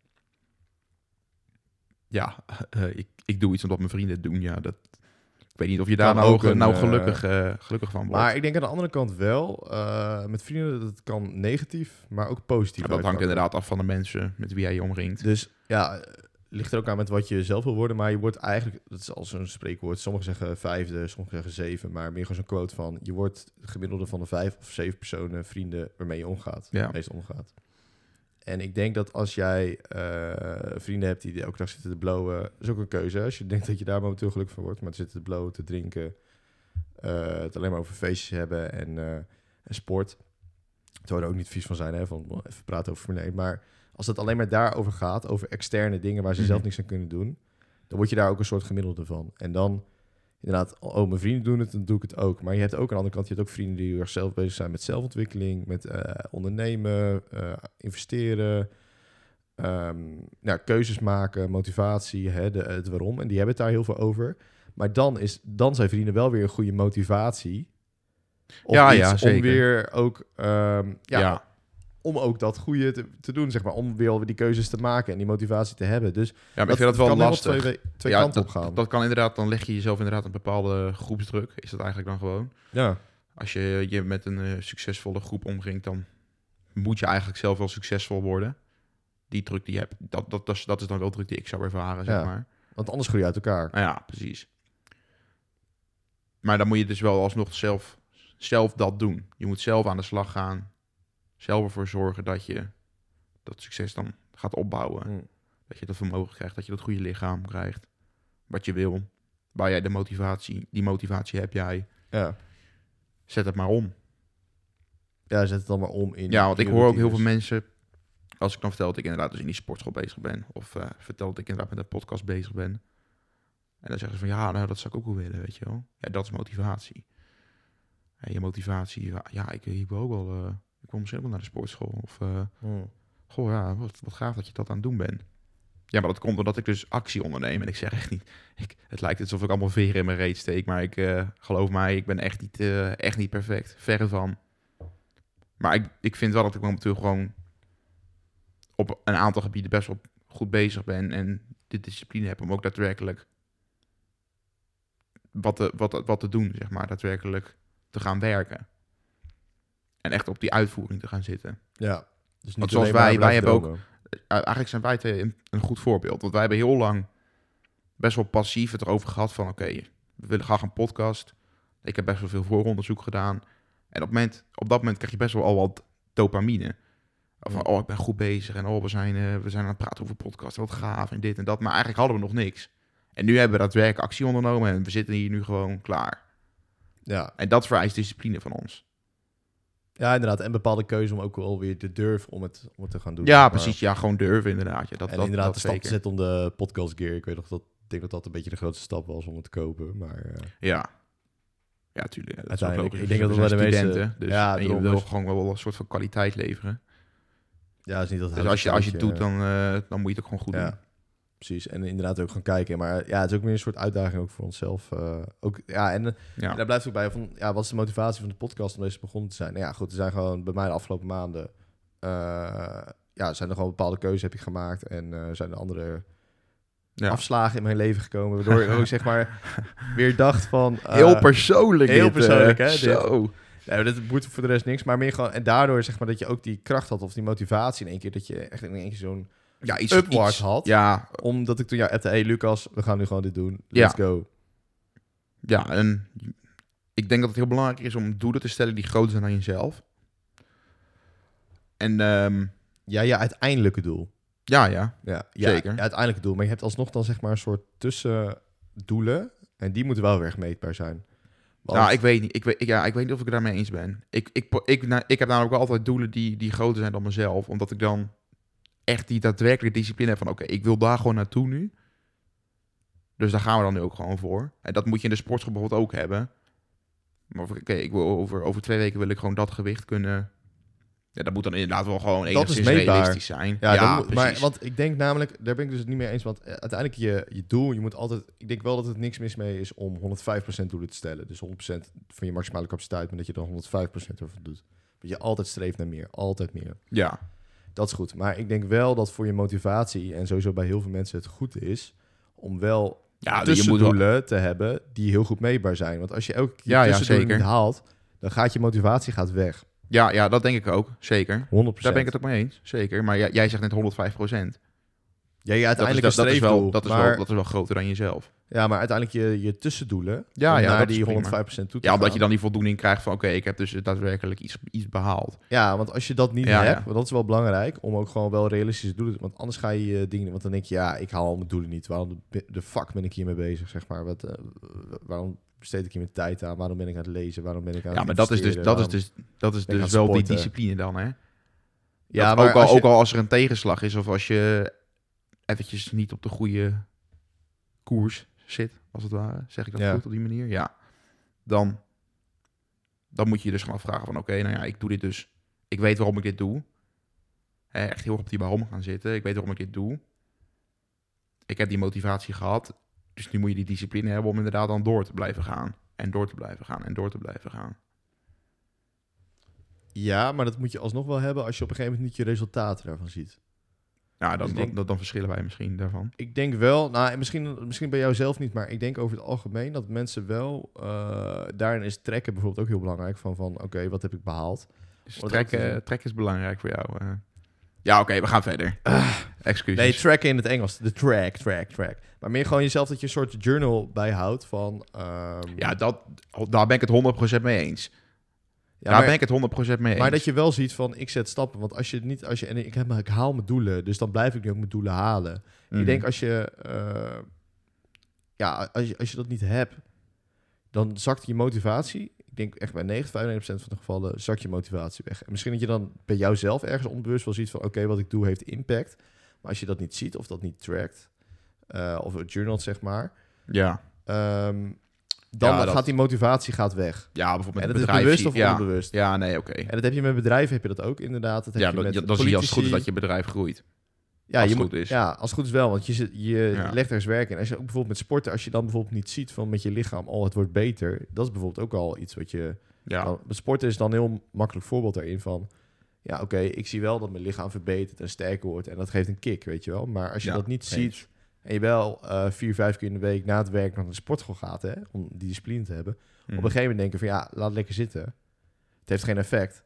Ja, ik doe iets omdat mijn vrienden het doen. Ja, dat... Ik weet niet of je daar nou gelukkig van wordt. Maar ik denk aan de andere kant wel. Met vrienden, dat kan negatief, maar ook positief. Ja, dat hangt inderdaad af van de mensen met wie jij je omringt. Dus ja, ligt er ook aan met wat je zelf wil worden. Maar je wordt eigenlijk, dat is al zo'n spreekwoord. Sommigen zeggen 5, sommigen zeggen 7. Maar meer gewoon zo'n quote van, je wordt het gemiddelde van de 5 of 7 personen vrienden waarmee je omgaat. Ja. Meestal omgaat. En ik denk dat als jij vrienden hebt die elke dag zitten te blowen, is ook een keuze. Als je denkt dat je daar momenteel gelukkig van wordt, maar te zitten te blowen, te drinken, het alleen maar over feestjes hebben en sport. Terwijl er ook niet vies van zijn, hè, van even praten over Formule 1. Maar als het alleen maar daarover gaat, over externe dingen waar ze zelf niks aan kunnen doen, dan word je daar ook een soort gemiddelde van. En dan inderdaad, mijn vrienden doen het, dan doe ik het ook. Maar je hebt ook aan de andere kant, je hebt ook vrienden die heel erg zelf bezig zijn met zelfontwikkeling, met ondernemen, investeren, keuzes maken, motivatie, het waarom. En die hebben het daar heel veel over. Maar dan zijn vrienden wel weer een goede motivatie. Om weer ook, om ook dat goede te doen, zeg maar. Om weer die keuzes te maken en die motivatie te hebben. Dus ja, maar ik vind dat wel lastig. Twee kanten op gaan. Dat kan inderdaad, dan leg je jezelf inderdaad een bepaalde groepsdruk. Is dat eigenlijk dan gewoon? Ja. Als je met een succesvolle groep omringt, dan moet je eigenlijk zelf wel succesvol worden. Die druk die je hebt, dat is dan wel druk die ik zou ervaren, zeg maar. Want anders groei je uit elkaar. Ja, precies. Maar dan moet je dus wel alsnog zelf dat doen. Je moet zelf aan de slag gaan. Zelf ervoor zorgen dat je dat succes dan gaat opbouwen. Dat je dat vermogen krijgt, dat je dat goede lichaam krijgt. Wat je wil. Waar jij die motivatie heb jij. Ja. Zet het maar om. Ja, zet het dan maar om in... Ja, want ik hoor ook heel veel mensen... Als ik dan vertel dat ik inderdaad dus in die sportschool bezig ben. Of vertel dat ik inderdaad met een podcast bezig ben. En dan zeggen ze van, ja, nou, dat zou ik ook wel willen, weet je wel. Ja, dat is motivatie. En je motivatie, ja, ik wil ook wel... ik wil misschien ook wel naar de sportschool. Of, goh, ja, wat gaaf dat je dat aan het doen bent. Ja, maar dat komt omdat ik dus actie onderneem. En ik zeg echt niet... Het lijkt alsof ik allemaal veren in mijn reet steek. Maar geloof mij, ik ben echt niet perfect. Verre van. Maar ik vind wel dat ik momenteel gewoon... op een aantal gebieden best wel goed bezig ben. En de discipline heb om ook daadwerkelijk... wat te doen, zeg maar. Daadwerkelijk te gaan werken. En echt op die uitvoering te gaan zitten. Ja. Dus want zoals wij hebben ook... Eigenlijk zijn wij twee een goed voorbeeld. Want wij hebben heel lang best wel passief het erover gehad van... Oké, we willen graag een podcast. Ik heb best wel veel vooronderzoek gedaan. En op dat moment krijg je best wel al wat dopamine. Van, ik ben goed bezig. En we zijn aan het praten over podcast. Wat gaaf en dit en dat. Maar eigenlijk hadden we nog niks. En nu hebben we daadwerkelijk actie ondernomen. En we zitten hier nu gewoon klaar. Ja. En dat vereist discipline van ons. Ja, inderdaad. En bepaalde keuze om ook wel weer te durven om het te gaan doen. Ja, maar... precies. Ja, gewoon durven inderdaad. Ja, inderdaad de stap te zetten om de podcast gear. Ik denk dat dat een beetje de grootste stap was om het te kopen. Maar, Ja, tuurlijk. Ja, dat uiteindelijk. Is ook ik denk dat we de meeste... Dus ja, en je wil gewoon wel een soort van kwaliteit leveren. Ja, is niet dat dus als je het doet, dan moet je het ook gewoon goed doen. precies. En inderdaad ook gaan kijken. Maar ja, het is ook meer een soort uitdaging ook voor onszelf. Ook, ja, en daar blijft ook bij van, ja, wat is de motivatie van de podcast om deze begonnen te zijn? Nou ja, goed, er zijn gewoon bij mij de afgelopen maanden, zijn er gewoon bepaalde keuzes heb ik gemaakt en zijn er andere afslagen in mijn leven gekomen, waardoor ik ook zeg maar weer dacht van... heel persoonlijk. Heel persoonlijk, hè? Zo. Nee, dit boeit voor de rest niks, maar meer gewoon... En daardoor zeg maar dat je ook die kracht had of die motivatie in één keer, dat je echt in één keer zo'n upwards had. Ja. Omdat ik toen jou appte, hey Lucas, we gaan nu gewoon dit doen. Let's go. Ja, en ik denk dat het heel belangrijk is om doelen te stellen die groter zijn dan jezelf. En... je uiteindelijke doel. Ja, zeker. Je uiteindelijke doel. Maar je hebt alsnog dan zeg maar een soort tussendoelen. En die moeten wel weer meetbaar zijn. Want... Ja, ik weet niet. Ik weet niet of ik het daarmee eens ben. Ik heb namelijk wel altijd doelen die groter zijn dan mezelf. Omdat ik dan echt die daadwerkelijke discipline heb van... Oké, ik wil daar gewoon naartoe nu. Dus daar gaan we dan nu ook gewoon voor. En dat moet je in de sportschool bijvoorbeeld ook hebben. Maar ik wil over 2 weken wil ik gewoon dat gewicht kunnen... Ja, dat moet dan inderdaad wel gewoon enigszins realistisch zijn. Ja, maar want ik denk namelijk, daar ben ik dus het niet mee eens. Want uiteindelijk je doel, je moet altijd... Ik denk wel dat het niks mis mee is om 105% doelen te stellen. Dus 100% van je maximale capaciteit, maar dat je dan 105% ervan doet. Dat je altijd streeft naar meer, altijd meer. Ja. Dat is goed. Maar ik denk wel dat voor je motivatie, en sowieso bij heel veel mensen het goed is, om wel tussendoelen te hebben die heel goed meetbaar zijn. Want als je elke keer tussendoelen niet haalt, dan gaat je motivatie weg. Ja, dat denk ik ook. Zeker. 100%. Daar ben ik het ook mee eens. Zeker. Maar jij zegt net 105%. Ja, je uiteindelijk dat is wel groter dan jezelf. Ja, maar uiteindelijk je tussendoelen naar die 105% toe te gaan. Omdat je dan die voldoening krijgt van... Oké, ik heb dus daadwerkelijk iets behaald. Ja, want als je dat niet hebt... Want dat is wel belangrijk... om ook gewoon wel realistische doelen te doen. Want anders ga je dingen... Want dan denk je... Ja, ik haal al mijn doelen niet. Waarom de fuck ben ik hiermee bezig, zeg maar? Waarom besteed ik hier mijn tijd aan? Waarom ben ik aan het lezen? Waarom ben ik aan het maar dat is dus wel die discipline dan, hè? Ja, maar ook al als er een tegenslag is... of als je eventjes niet op de goede koers zit, als het ware. Zeg ik dat goed op die manier? Ja. Dan moet je je dus gaan afvragen van... Oké, ik doe dit dus... Ik weet waarom ik dit doe. Echt heel erg op die waarom gaan zitten. Ik weet waarom ik dit doe. Ik heb die motivatie gehad... Dus nu moet je die discipline hebben om inderdaad dan door te blijven gaan. En door te blijven gaan. En door te blijven gaan. Ja, maar dat moet je alsnog wel hebben als je op een gegeven moment niet je resultaten daarvan ziet. Ja, dan verschillen wij misschien daarvan. Ik denk wel, misschien bij jou zelf niet, maar ik denk over het algemeen dat mensen wel, daarin is trekken bijvoorbeeld ook heel belangrijk. Van oké, wat heb ik behaald? Dus trek is belangrijk voor jou. Ja, oké, we gaan verder. Excuses. Nee, tracken in het Engels. De track. Maar meer gewoon jezelf dat je een soort journal bijhoudt van... Ja, daar ben ik het 100% mee eens. Ja, daar ben ik het 100% mee eens. Maar dat je wel ziet van, ik zet stappen. Want ik haal mijn doelen, dus dan blijf ik nu ook mijn doelen halen. Ik denk als je... als je dat niet hebt, dan zakt je motivatie. Ik denk echt bij 95% van de gevallen zakt je motivatie weg. En misschien dat je dan bij jouzelf ergens onbewust wel ziet van... Oké, wat ik doe heeft impact. Maar als je dat niet ziet of dat niet trackt... of het journalt, zeg maar... Ja. Dan gaat die motivatie weg. Ja, bijvoorbeeld met het bedrijf. Bewust of onbewust? Ja, nee, oké. En dat heb je met bedrijven, heb je dat ook inderdaad. Dat heb je met dan zie je als het goed is dat je bedrijf groeit. Ja, als het goed is. Ja, als het goed is wel. Want je legt er eens werk in. Als je ook bijvoorbeeld met sporten, als je dan bijvoorbeeld niet ziet van met je lichaam, het wordt beter. Dat is bijvoorbeeld ook al iets wat je... Ja. Met sporten is dan een heel makkelijk voorbeeld daarin van... Ja, oké, ik zie wel dat mijn lichaam verbetert en sterker wordt. En dat geeft een kick, weet je wel. Maar als je dat niet ziet... En je wel 4-5 keer in de week na het werk naar de sportschool gaat, hè, om die discipline te hebben. Op een gegeven moment denken van laat lekker zitten. Het heeft geen effect.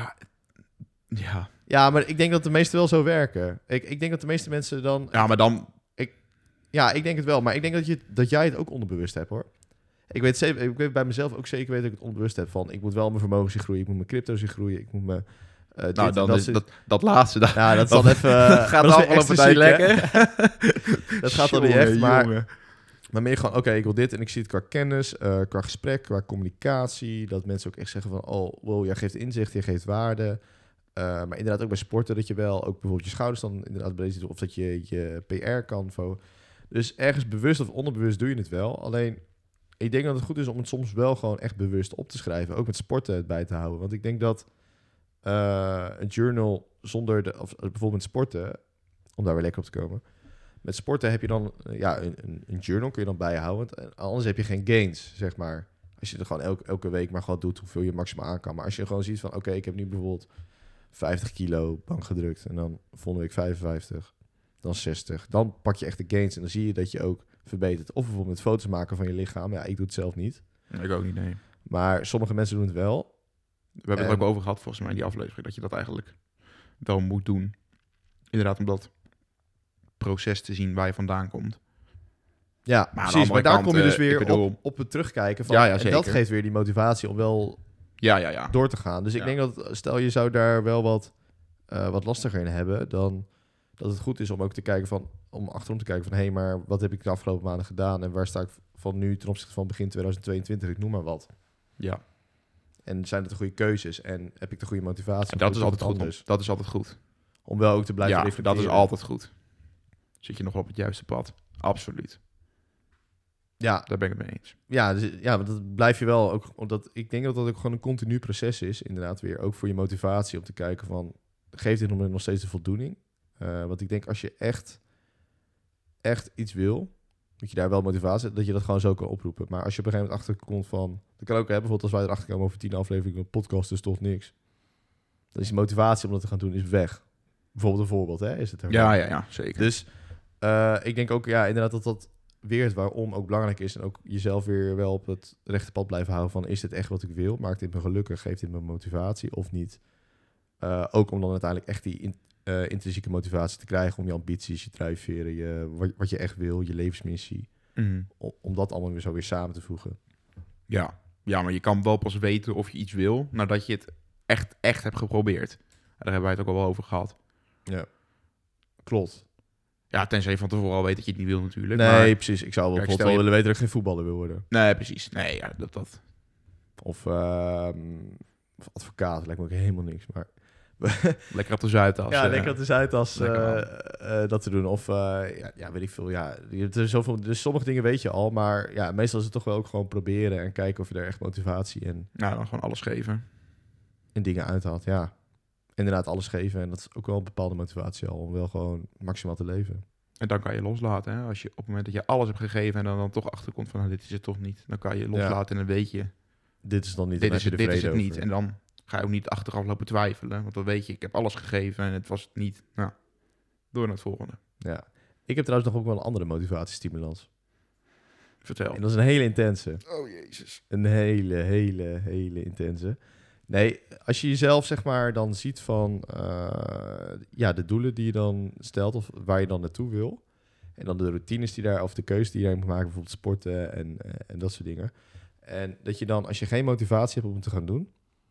Ja, maar ik denk dat de meesten wel zo werken. Ik denk dat de meeste mensen dan... Ja, maar dan... ik denk het wel. Maar ik denk dat jij het ook onderbewust hebt, hoor. Ik weet bij mezelf ook zeker weten dat ik het onderbewust heb van... Ik moet wel mijn vermogen zien groeien. Ik moet mijn crypto zien groeien. Ik moet mijn... dat laatste... dat is dan even... gaat de afgelopen tijd lekker. Dat gaat dan niet echt, maar meer gewoon... Oké, ik wil dit en ik zie het qua kennis, qua gesprek, qua communicatie. Dat mensen ook echt zeggen van... Oh, wow, jij geeft inzicht, jij geeft waarde. Maar inderdaad ook bij sporten dat je wel ook bijvoorbeeld je schouders dan inderdaad breed doet. Of dat je PR kan. Dus ergens bewust of onderbewust doe je het wel. Alleen, ik denk dat het goed is om het soms wel gewoon echt bewust op te schrijven. Ook met sporten het bij te houden. Want ik denk dat een journal of bijvoorbeeld met sporten, om daar weer lekker op te komen, met sporten heb je dan een journal kun je dan bijhouden. Want anders heb je geen gains, zeg maar. Als je er gewoon elke week maar gewoon doet hoeveel je maximaal aan kan. Maar als je gewoon ziet van, oké, ik heb nu bijvoorbeeld 50 kilo bank gedrukt. En dan volgende week 55, dan 60. Dan pak je echt de gains en dan zie je dat je ook verbetert. Of bijvoorbeeld met foto's maken van je lichaam. Ja, ik doe het zelf niet. Ik ook niet, nee. Maar sommige mensen doen het wel. We hebben het er ook over gehad, volgens mij, in die aflevering, dat je dat eigenlijk wel moet doen. Inderdaad, om dat proces te zien waar je vandaan komt. Ja, Maar aan de precies. andere Maar daar kant, kom je dus ik weer bedoel- op het terugkijken. Van, Ja, en zeker. dat geeft weer die motivatie om wel Ja. door te gaan. Dus ik Ja. denk dat, stel je zou daar wel wat lastiger in hebben, dan dat het goed is om ook te kijken van, om achterom te kijken van, hé, maar wat heb ik de afgelopen maanden gedaan en waar sta ik van nu ten opzichte van begin 2022, ik noem maar wat. Ja, En zijn het de goede keuzes en heb ik de goede motivatie? en dat Of is doe ik altijd het goed. anders? Dat is altijd goed. Om wel ook te blijven Ja, reflecteren. dat is altijd goed. Zit je nog wel op het juiste pad? Absoluut. Ja, Daar ben ik het mee eens. ja, dus, ja, want dat blijf je wel ook. Omdat ik denk dat dat ook gewoon een continu proces is, inderdaad weer ook voor je motivatie om te kijken van, geeft dit nog steeds de voldoening? Want ik denk als je echt iets wil, moet je daar wel motivatie, dat je dat gewoon zo kan oproepen. Maar als je op een gegeven moment achterkomt van, dat kan ook hebben, bijvoorbeeld als wij erachter komen over 10 afleveringen een podcast, is toch niks. Dan is die motivatie om dat te gaan doen is weg. Bijvoorbeeld een voorbeeld, hè? Is het er Ja, zeker. Dus ik denk ook, ja, inderdaad dat weer het waarom ook belangrijk is en ook jezelf weer wel op het rechte pad blijven houden van, is dit echt wat ik wil? Maakt dit me gelukkig? Geeft dit me motivatie of niet? Ook om dan uiteindelijk echt die intrinsieke motivatie te krijgen om je ambities, je drijfveren, wat je echt wil, je levensmissie, om dat allemaal weer zo weer samen te voegen. Ja, maar je kan wel pas weten of je iets wil nadat je het echt hebt geprobeerd. Daar hebben wij het ook al wel over gehad. Ja, klopt. Ja, tenzij je van tevoren al weet dat je het niet wil natuurlijk. Nee, Maar, precies. Ik zou wel Kijk, bijvoorbeeld stel wel je- willen weten dat ik geen voetballer wil worden. nee, precies. Nee, ja, dat. Of advocaat, lijkt me ook helemaal niks. Maar Lekker op de Zuidas. ja, lekker op de Zuidas lekker dat te doen. Of weet ik veel. Ja, er is zoveel, dus sommige dingen weet je al. Maar ja, meestal is het toch wel ook gewoon proberen en kijken of je er echt motivatie Nou, dan gewoon alles geven. en dingen uithaalt. Ja, inderdaad alles geven. En dat is ook wel een bepaalde motivatie al om wel gewoon maximaal te leven. En dan kan je loslaten. Hè? Als je op het moment dat je alles hebt gegeven en dan toch achterkomt van, nou, dit is het toch niet. Dan kan je loslaten en dan weet je, Dit is dan niet. dit dan is heb het, je er dit is het vrede niet. over. En dan ga je ook niet achteraf lopen twijfelen. Want dan weet je, ik heb alles gegeven en het was het niet. Nou, door naar het volgende. Ja. Ik heb trouwens nog ook wel een andere motivatiestimulans. Vertel. En dat is een hele intense. Oh, jezus. Een hele intense. Nee, als je jezelf zeg maar dan ziet van de doelen die je dan stelt of waar je dan naartoe wil. En dan de routines die daar, of de keuzes die je daar moet maken, bijvoorbeeld sporten en dat soort dingen. En dat je dan, als je geen motivatie hebt om het te gaan doen,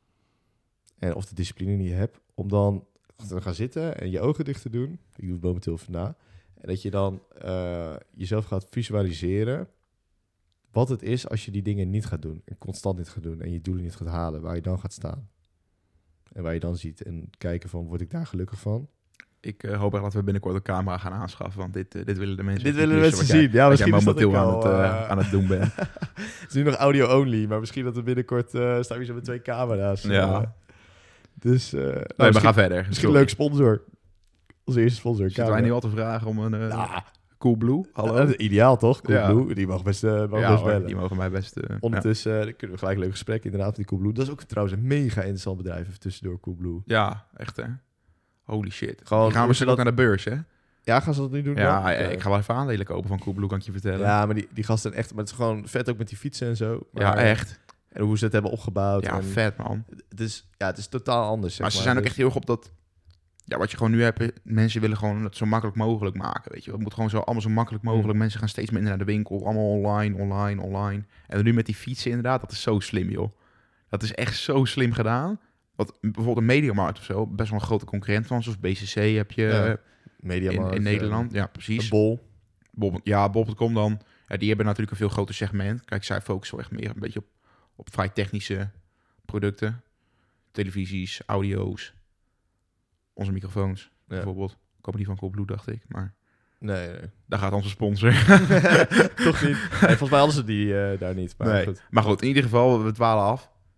en of de discipline niet hebt, om dan te gaan zitten en je ogen dicht te doen. Ik doe het momenteel even na. En dat je dan jezelf gaat visualiseren wat het is als je die dingen niet gaat doen. En constant niet gaat doen. En je doelen niet gaat halen. Waar je dan gaat staan. En waar je dan ziet. En kijken van, word ik daar gelukkig van? Ik hoop echt dat we binnenkort een camera gaan aanschaffen. Want dit willen de mensen Dit niet willen de missen, mensen wat zien. Ja, wat jij misschien is dat momenteel ook al, aan het doen bent. Het is nu nog audio-only. Maar misschien dat we binnenkort staan we zo met 2 camera's. Ja. Dus Nee, maar misschien, ga verder. misschien een leuk sponsor. Onze eerste sponsor. Zitten wij nu al te vragen om een Ja, Coolblue? Hallo? dat is ideaal toch? Ja. Coolblue. Die mag best, Ja, best hoor, bellen. die mogen mij best... Ondertussen kunnen we gelijk een leuk gesprek inderdaad met die Coolblue. Dat is ook trouwens een mega interessant bedrijf even tussendoor, Coolblue. Ja, echt hè. Holy shit. Gewoon Die gaan hoe we ze straks ook dat- naar de beurs, hè? Ja, gaan ze dat niet doen? Ja, dan? ik ga wel even aandelen kopen van Coolblue, kan ik je vertellen. Ja, maar die gasten echt... Maar het is gewoon vet ook met die fietsen en zo. Maar, Ja, echt. En hoe ze het hebben opgebouwd. Ja, en vet man. het is totaal anders, zeg Maar ze zijn ook Dus- echt heel erg op dat... Ja, wat je gewoon nu hebt, mensen willen gewoon het zo makkelijk mogelijk maken, weet je. Het moet gewoon zo allemaal zo makkelijk mogelijk. Mensen gaan steeds minder naar de winkel, allemaal online. En nu met die fietsen inderdaad, dat is zo slim, joh. Dat is echt zo slim gedaan. Wat bijvoorbeeld een Mediamarkt of zo, best wel een grote concurrent van, zoals BCC heb je Ja, Mediamarkt, in Nederland. Ja, precies. Een bol. Bol.com dan. Ja, die hebben natuurlijk een veel groter segment. Kijk, zij focussen wel echt meer een beetje op vrij technische producten. Televisies, audio's. Onze microfoons, bijvoorbeeld. Komen die van Coolblue, dacht ik. Maar Nee. daar gaat onze sponsor. Toch niet. Nee, volgens mij hadden ze die daar niet. Maar Nee. goed. Maar goed, in ieder geval, we dwalen af.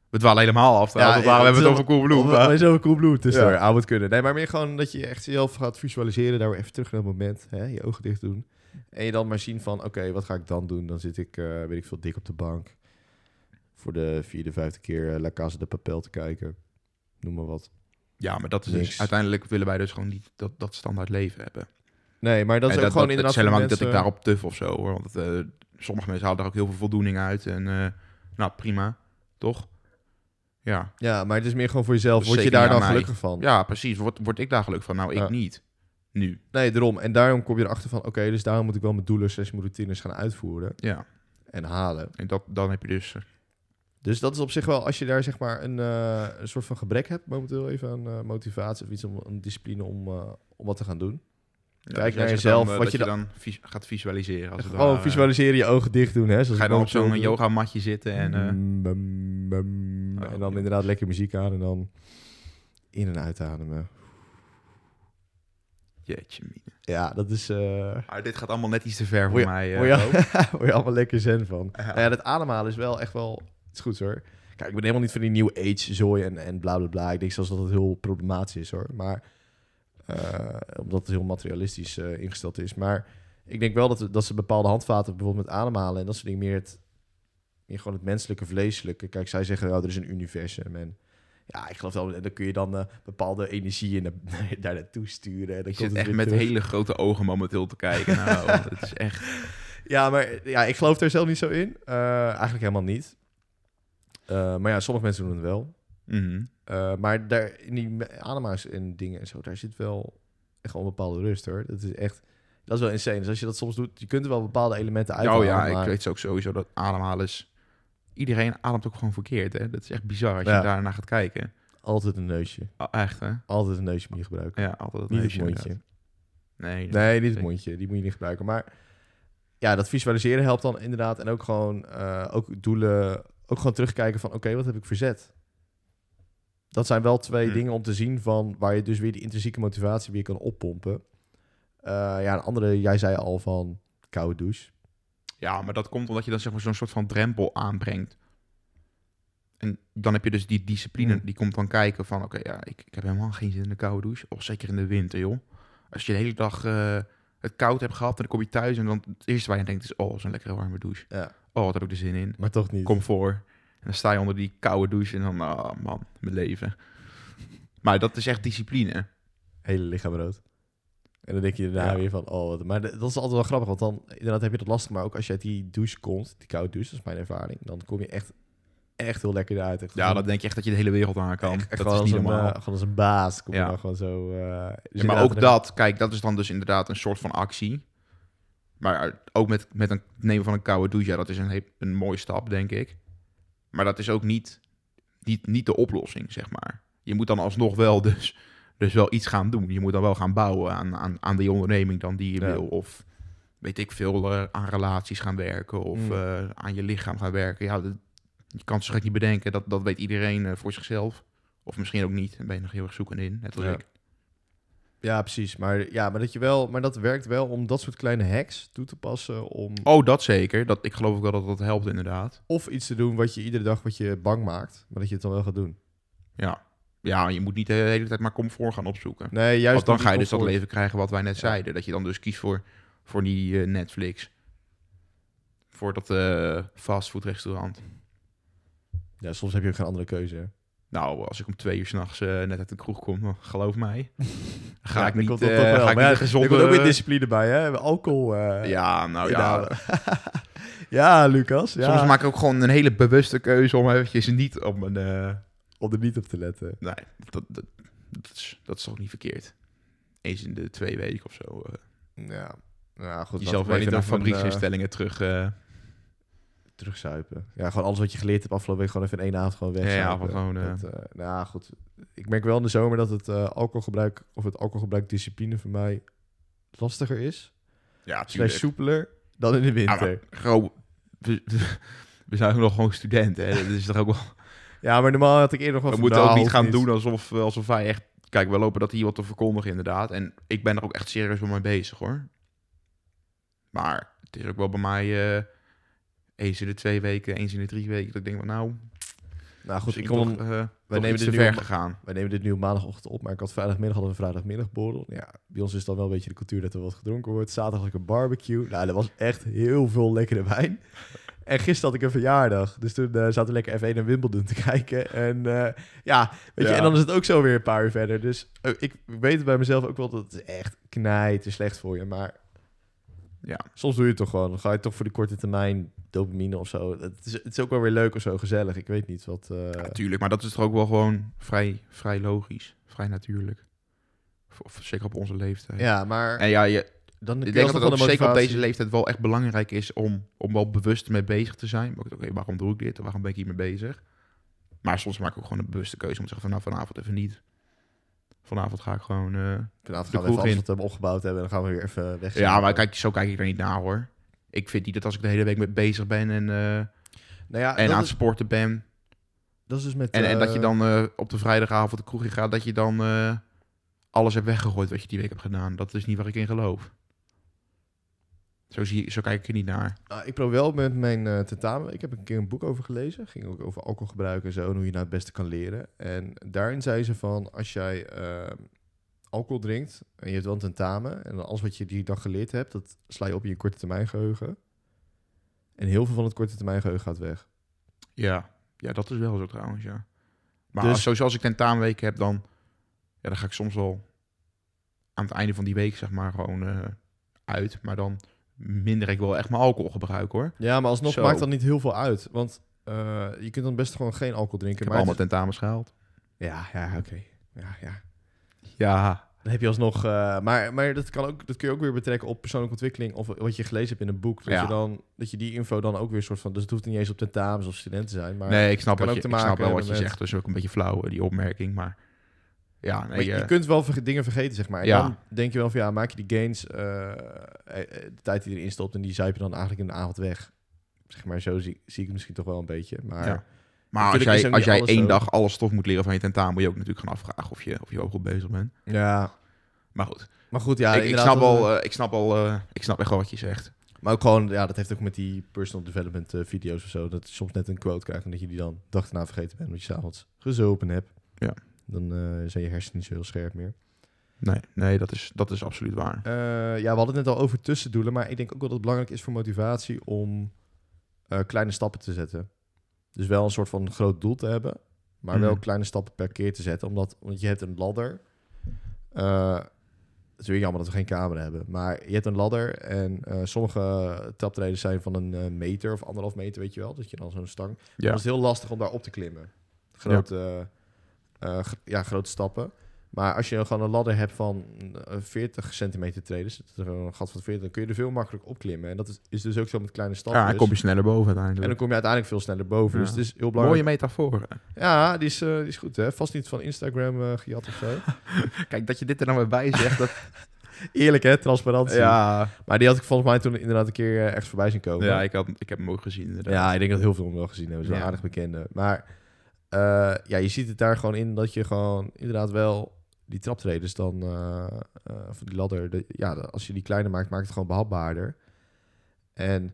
We dwalen helemaal af. Ja, We hebben het over Coolblue. Het is over Coolblue tussendoor. Ja. Ja, moet kunnen. Nee, maar meer gewoon dat je echt zelf gaat visualiseren. Daar weer even terug naar het moment. Hè, je ogen dicht doen. En je dan maar zien van, oké, wat ga ik dan doen? Dan zit ik, weet ik veel, dik op de bank. Voor de 4e, 5e keer La Casa de Papel te kijken. Noem maar wat. Ja, maar dat is Niks. dus... Uiteindelijk willen wij dus gewoon niet dat standaard leven hebben. Nee, maar dat is En ook gewoon het inderdaad is helemaal voor niet dat ik mensen- daarop tuf of zo, hoor. Want sommige mensen halen daar ook heel veel voldoening uit. En nou, prima. Toch? Ja. Ja, maar het is meer gewoon voor jezelf. Dus Word je zeker daar niet dan aan mij. gelukkig van? Ja, precies. Word ik daar gelukkig van? Nou, ik Ja. niet. Nu. Nee, daarom. En daarom kom je erachter van, oké, dus daarom moet ik wel mijn doelen, mijn routines gaan uitvoeren Ja. en halen. En dan heb je dus... Dus dat is op zich wel, als je daar zeg maar een soort van gebrek hebt, momenteel even aan motivatie of iets om een discipline om wat te gaan doen. Kijk dus jij naar zegt jezelf, Dan, wat dat je je dan- dan gaat visualiseren. Als het Gewoon ware. visualiseren, je ogen dicht doen. Hè, zoals Ga je ik dan op momenteel zo'n doe. yogamatje zitten en... En dan inderdaad lekker muziek aan en dan in- en uitademen. Jeetje mine. Ja, dat is... Maar dit gaat allemaal net iets te ver Word voor je- mij. word je- Rob. word je allemaal lekker zen van. Ja. Nou ja, dat ademhalen is wel echt wel... Het is goed hoor. Kijk, ik ben helemaal niet van die New Age zooi en bla bla bla. Ik denk zelfs dat het heel problematisch is hoor. Maar omdat het heel materialistisch ingesteld is. Maar ik denk wel dat ze bepaalde handvaten, bijvoorbeeld met ademhalen en dat soort dingen, meer gewoon het menselijke, vleeselijke. Kijk, zij zeggen, er is een universum en ja, ik geloof wel, en dan kun je dan bepaalde energieën daar naartoe sturen. En dan Ik komt zit het echt weer met terug. hele grote ogen momenteel te kijken. Nou, het is echt... Ja, maar ja, ik geloof daar zelf niet zo in. Eigenlijk helemaal niet. Maar ja, sommige mensen doen het wel. Mhm. Maar daar, in die ademhalings en dingen en zo, daar zit wel echt wel een bepaalde rust hoor. Dat is wel insane. Dus als je dat soms doet, je kunt er wel bepaalde elementen uithalen. Oh ja, maar ik weet ook sowieso dat ademhalen is... Iedereen ademt ook gewoon verkeerd, hè? Dat is echt bizar als Ja. je daarnaar gaat kijken. altijd een neusje. Echt, hè? Altijd een neusje moet je gebruiken. Ja, altijd het Niet het neusje, mondje. inderdaad. Nee, Nee, niet het zeker. mondje. Die moet je niet gebruiken. Maar ja, dat visualiseren helpt dan inderdaad. En ook gewoon ook doelen, ook gewoon terugkijken van oké, wat heb ik verzet? Dat zijn wel twee dingen om te zien van waar je dus weer die intrinsieke motivatie weer kan oppompen. Ja, een andere, jij zei al van koude douche. Ja, maar dat komt omdat je dan zeg maar zo'n soort van drempel aanbrengt. En dan heb je dus die discipline, die komt dan kijken van... Oké, ja, ik heb helemaal geen zin in de koude douche. Of zeker in de winter, joh. Als je de hele dag het koud hebt gehad en dan kom je thuis... en dan het eerste waar je denkt is... Oh, zo'n lekkere warme douche. Ja, Oh, wat heb ik er zin in. maar toch niet. Comfort. En dan sta je onder die koude douche en dan... Oh man, mijn leven. Maar dat is echt discipline. Hele lichaam rood. En dan denk je daarna Ja. weer van, oh, maar dat is altijd wel grappig, want dan inderdaad heb je dat lastig, maar ook als je uit die douche komt, die koude douche, dat is mijn ervaring, dan kom je echt heel lekker eruit. Echt Ja, gewoon- dan denk je echt dat je de hele wereld aan kan. echt Dat gewoon is als niet een, normaal. gewoon als een baas kom je Ja. dan gewoon zo... dus Ja, maar inderdaad, ook dat, kijk, dat is dan dus inderdaad een soort van actie. Maar ook met een nemen van een koude douche, ja, dat is een mooie stap, denk ik. Maar dat is ook niet de oplossing, zeg maar. Je moet dan alsnog wel dus wel iets gaan doen. Je moet dan wel gaan bouwen aan die onderneming dan die je Ja. wil. Of weet ik veel, aan relaties gaan werken. Of aan je lichaam gaan werken. Ja, je kan het zo gek niet bedenken. Dat weet iedereen voor zichzelf. Of misschien ook niet. Daar ben je nog heel erg zoekend in, net als Ja. ik. Ja, precies. Maar dat werkt wel om dat soort kleine hacks toe te passen om Oh, dat zeker. Ik geloof ook wel dat dat helpt, inderdaad. of iets te doen wat je iedere dag wat je bang maakt, maar dat je het dan wel gaat doen. Ja, je moet niet de hele tijd maar comfort gaan opzoeken. Nee, juist Want dan niet ga je die dus dat comfort. leven krijgen wat wij net Ja. zeiden. Dat je dan dus kiest voor die Netflix. Voor dat fastfoodrestaurant. Ja, soms heb je ook geen andere keuze. Hè. Nou, als ik om 2 uur s'nachts net uit de kroeg kom, dan geloof mij. Ga Ja, ik dan niet, komt dat toch wel. ga ik Maar niet ja, de gezonde... er komt ook weer discipline bij, hè? Alcohol. Ja, nou ja. inhouden. Ja, Lucas. Ja. Soms maak ik ook gewoon een hele bewuste keuze om eventjes niet op mijn... Om er niet op te letten. Nee, dat is toch niet verkeerd. Eens in de 2 weken of zo. Ja. Ja, goed. Jezelf laten we even maar naar niet over fabrieksinstellingen terug... terugzuipen. Ja, gewoon alles wat je geleerd hebt afgelopen week gewoon even in één avond gewoon weg. Ja, gewoon, nou goed. Ik merk wel in de zomer dat het alcoholgebruik discipline voor mij lastiger is. ja, Slash soepeler dan in de winter. We zijn ook nog gewoon studenten, hè? Dat is toch ook wel... Ja, maar normaal had ik eerder nog wel We van, moeten nou, ook niet hoeft gaan doen alsof wij echt... Kijk, we lopen dat hier wat te verkondigen inderdaad. En ik ben er ook echt serieus mee bezig, hoor. Maar het is ook wel bij mij eens in de 2 weken, eens in de 3 weken... dat ik denk van, nou... Nou goed, Misschien toch, wij nemen iets dit te nu ver op, gegaan. wij nemen dit nu op maandagochtend op, maar ik had vrijdagmiddag hadden we een vrijdagmiddagborrel. Ja, bij ons is dan wel een beetje de cultuur dat er wat gedronken wordt. Zaterdag had ik een barbecue. Nou, er was echt heel veel lekkere wijn. En gisteren had ik een verjaardag. Dus toen zaten we lekker F1 en Wimbledon te kijken. En weet je, en dan is het ook zo weer een paar uur verder. Dus ik weet het bij mezelf ook wel dat het echt knijt slecht voor je. Maar Ja. soms doe je het toch gewoon. Dan ga je toch voor de korte termijn dopamine of zo. Het is ook wel weer leuk of zo, gezellig. Ik weet niet wat... Natuurlijk, maar dat is toch ook wel gewoon vrij logisch. Vrij natuurlijk. Of zeker op onze leeftijd. Ja, maar... En ja, Dan ik denk dat het ook zeker op deze leeftijd wel echt belangrijk is om wel bewust mee bezig te zijn. Oké, waarom doe ik dit? Waarom ben ik hiermee bezig? Maar soms maak ik ook gewoon een bewuste keuze om te zeggen van nou, vanavond even niet. Vanavond ga ik gewoon Vanavond gaan we even alles wat we hebben opgebouwd hebben en dan gaan we weer even weg. Ja, maar zo kijk ik er niet naar hoor. Ik vind niet dat als ik de hele week mee bezig ben en aan het sporten ben. Dat is dus met... En dat je dan op de vrijdagavond de kroeg in gaat, dat je dan alles hebt weggegooid wat je die week hebt gedaan. Dat is niet waar ik in geloof. Zo kijk ik er niet naar. Ik probeer wel met mijn tentamen. Ik heb een keer een boek over gelezen. Ging ook over alcoholgebruik en zo. En hoe je nou het beste kan leren. En daarin zei ze van... Als jij alcohol drinkt en je hebt wel een tentamen... En dan alles wat je die dag geleerd hebt... Dat sla je op in je korte termijn geheugen. En heel veel van het korte termijn geheugen gaat weg. Ja, dat is wel zo trouwens, ja. Maar Dus, als ik tentamenweken heb, dan ga ik soms wel aan het einde van die week, zeg maar, gewoon uit. Maar dan minder ik wel echt mijn alcoholgebruik, hoor. Ja, maar alsnog Zo. maakt dat niet heel veel uit. Want je kunt dan best gewoon geen alcohol drinken. Ik heb maar allemaal tentamens gehaald. Ja, oké. Ja. Ja. Dan heb je alsnog... maar dat kun je ook weer betrekken op persoonlijke ontwikkeling... of wat je gelezen hebt in een boek. Dat je die info dan ook weer soort van... Dus het hoeft niet eens op tentamens of studenten te zijn. Maar Nee, ik snap wel wat je met... zegt. Dus ook een beetje flauw, die opmerking. Maar ja, nee, maar je kunt wel dingen vergeten, zeg maar. En Ja. dan denk je wel van... maak je die gains... de tijd die erin stopt... en die zuip je dan eigenlijk in de avond weg. Zeg maar, zo zie ik het misschien toch wel een beetje. Maar... Ja. Maar als jij één dag alle stof moet leren van je tentamen... moet je ook natuurlijk gaan afvragen of je ook goed bezig bent. Ja. Maar goed. Ja, ik snap echt wel wat je zegt. Maar ook gewoon, dat heeft ook met die personal development video's of zo. Dat je soms net een quote krijgt en dat je die dan dag erna vergeten bent. Omdat je 's avonds gezopen hebt. Ja. Dan zijn je hersenen niet zo heel scherp meer. Nee, dat is absoluut waar. We hadden het net al over tussendoelen. Maar ik denk ook wel dat het belangrijk is voor motivatie om kleine stappen te zetten. Dus wel een soort van groot doel te hebben. Maar wel kleine stappen per keer te zetten. Want je hebt een ladder. Het is weer jammer dat we geen camera hebben. Maar je hebt een ladder en sommige traptreden zijn van een meter of 1,5 meter, weet je wel. Dat je dan zo'n stang... Ja. Dan is het heel lastig om daar op te klimmen. Grote stappen. Maar als je gewoon een ladder hebt van 40 centimeter treden, zit er een gat van 40, dan kun je er veel makkelijker op klimmen. En dat is dus ook zo met kleine stappen. Ja, dan kom je sneller boven uiteindelijk. En dan kom je uiteindelijk veel sneller boven. Ja. Dus het is heel belangrijk. Mooie metafoor. Ja, die is goed, hè? Vast niet van Instagram gejat of zo. Kijk, dat je dit er nou weer bij zegt. Dat... Eerlijk, hè? Transparantie. Ja. Maar die had ik volgens mij toen inderdaad een keer echt voorbij zien komen. Ja, ik heb hem ook gezien inderdaad. Ja, ik denk dat heel veel hem wel gezien hebben. Ze zijn aardig bekende. Maar je ziet het daar gewoon in dat je gewoon inderdaad wel die traptredens dan van die ladder... als je die kleiner maakt, maakt het gewoon behapbaarder. En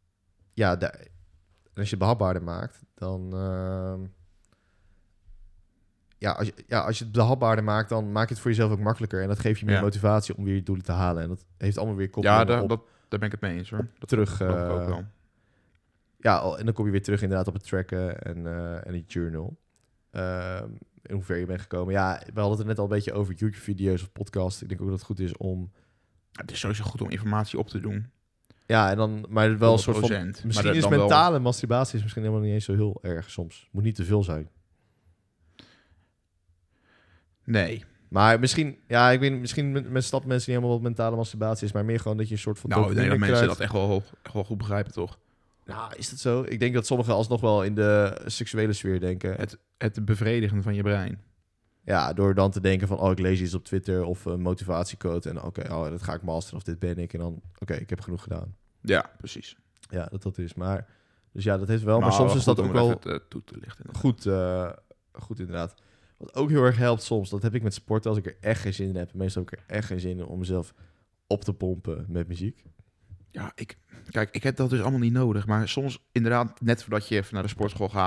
als je het behapbaarder maakt, dan... als je het behapbaarder maakt, dan maak je het voor jezelf ook makkelijker. En dat geeft je meer motivatie om weer je doelen te halen. En dat heeft allemaal weer koppeling daar ben ik het mee eens, hoor. Dat terug. Dat ik ook wel. Ja, en dan kom je weer terug inderdaad op het tracken en die journal. In hoever je bent gekomen. Ja, we hadden het er net al een beetje over YouTube-video's of podcasts. Ik denk ook dat het goed is om... Het is sowieso goed om informatie op te doen. Ja, en dan, maar wel een soort van... Misschien is mentale masturbatie is misschien helemaal niet eens zo heel erg soms. Moet niet te veel zijn. Nee. Maar misschien, misschien met stappen mensen niet helemaal wat mentale masturbatie is, maar meer gewoon dat je een soort van... Nou, ik denk dat mensen dat echt wel goed begrijpen, toch? Nou, is dat zo? Ik denk dat sommigen alsnog wel in de seksuele sfeer denken. Het bevredigen van je brein. Ja, door dan te denken van, ik lees iets op Twitter of een motivatiequote en dat ga ik masteren of dit ben ik. En dan, ik heb genoeg gedaan. Ja, precies. Ja, dat is. Maar, dus ja, dat heeft wel. Maar soms is dat ook wel toe te lichten. Goed inderdaad. Wat ook heel erg helpt soms, dat heb ik met sporten als ik er echt geen zin in heb. Meestal heb ik er echt geen zin in om mezelf op te pompen met muziek. Ja, ik heb dat dus allemaal niet nodig. Maar soms inderdaad, net voordat je even naar de sportschool gaat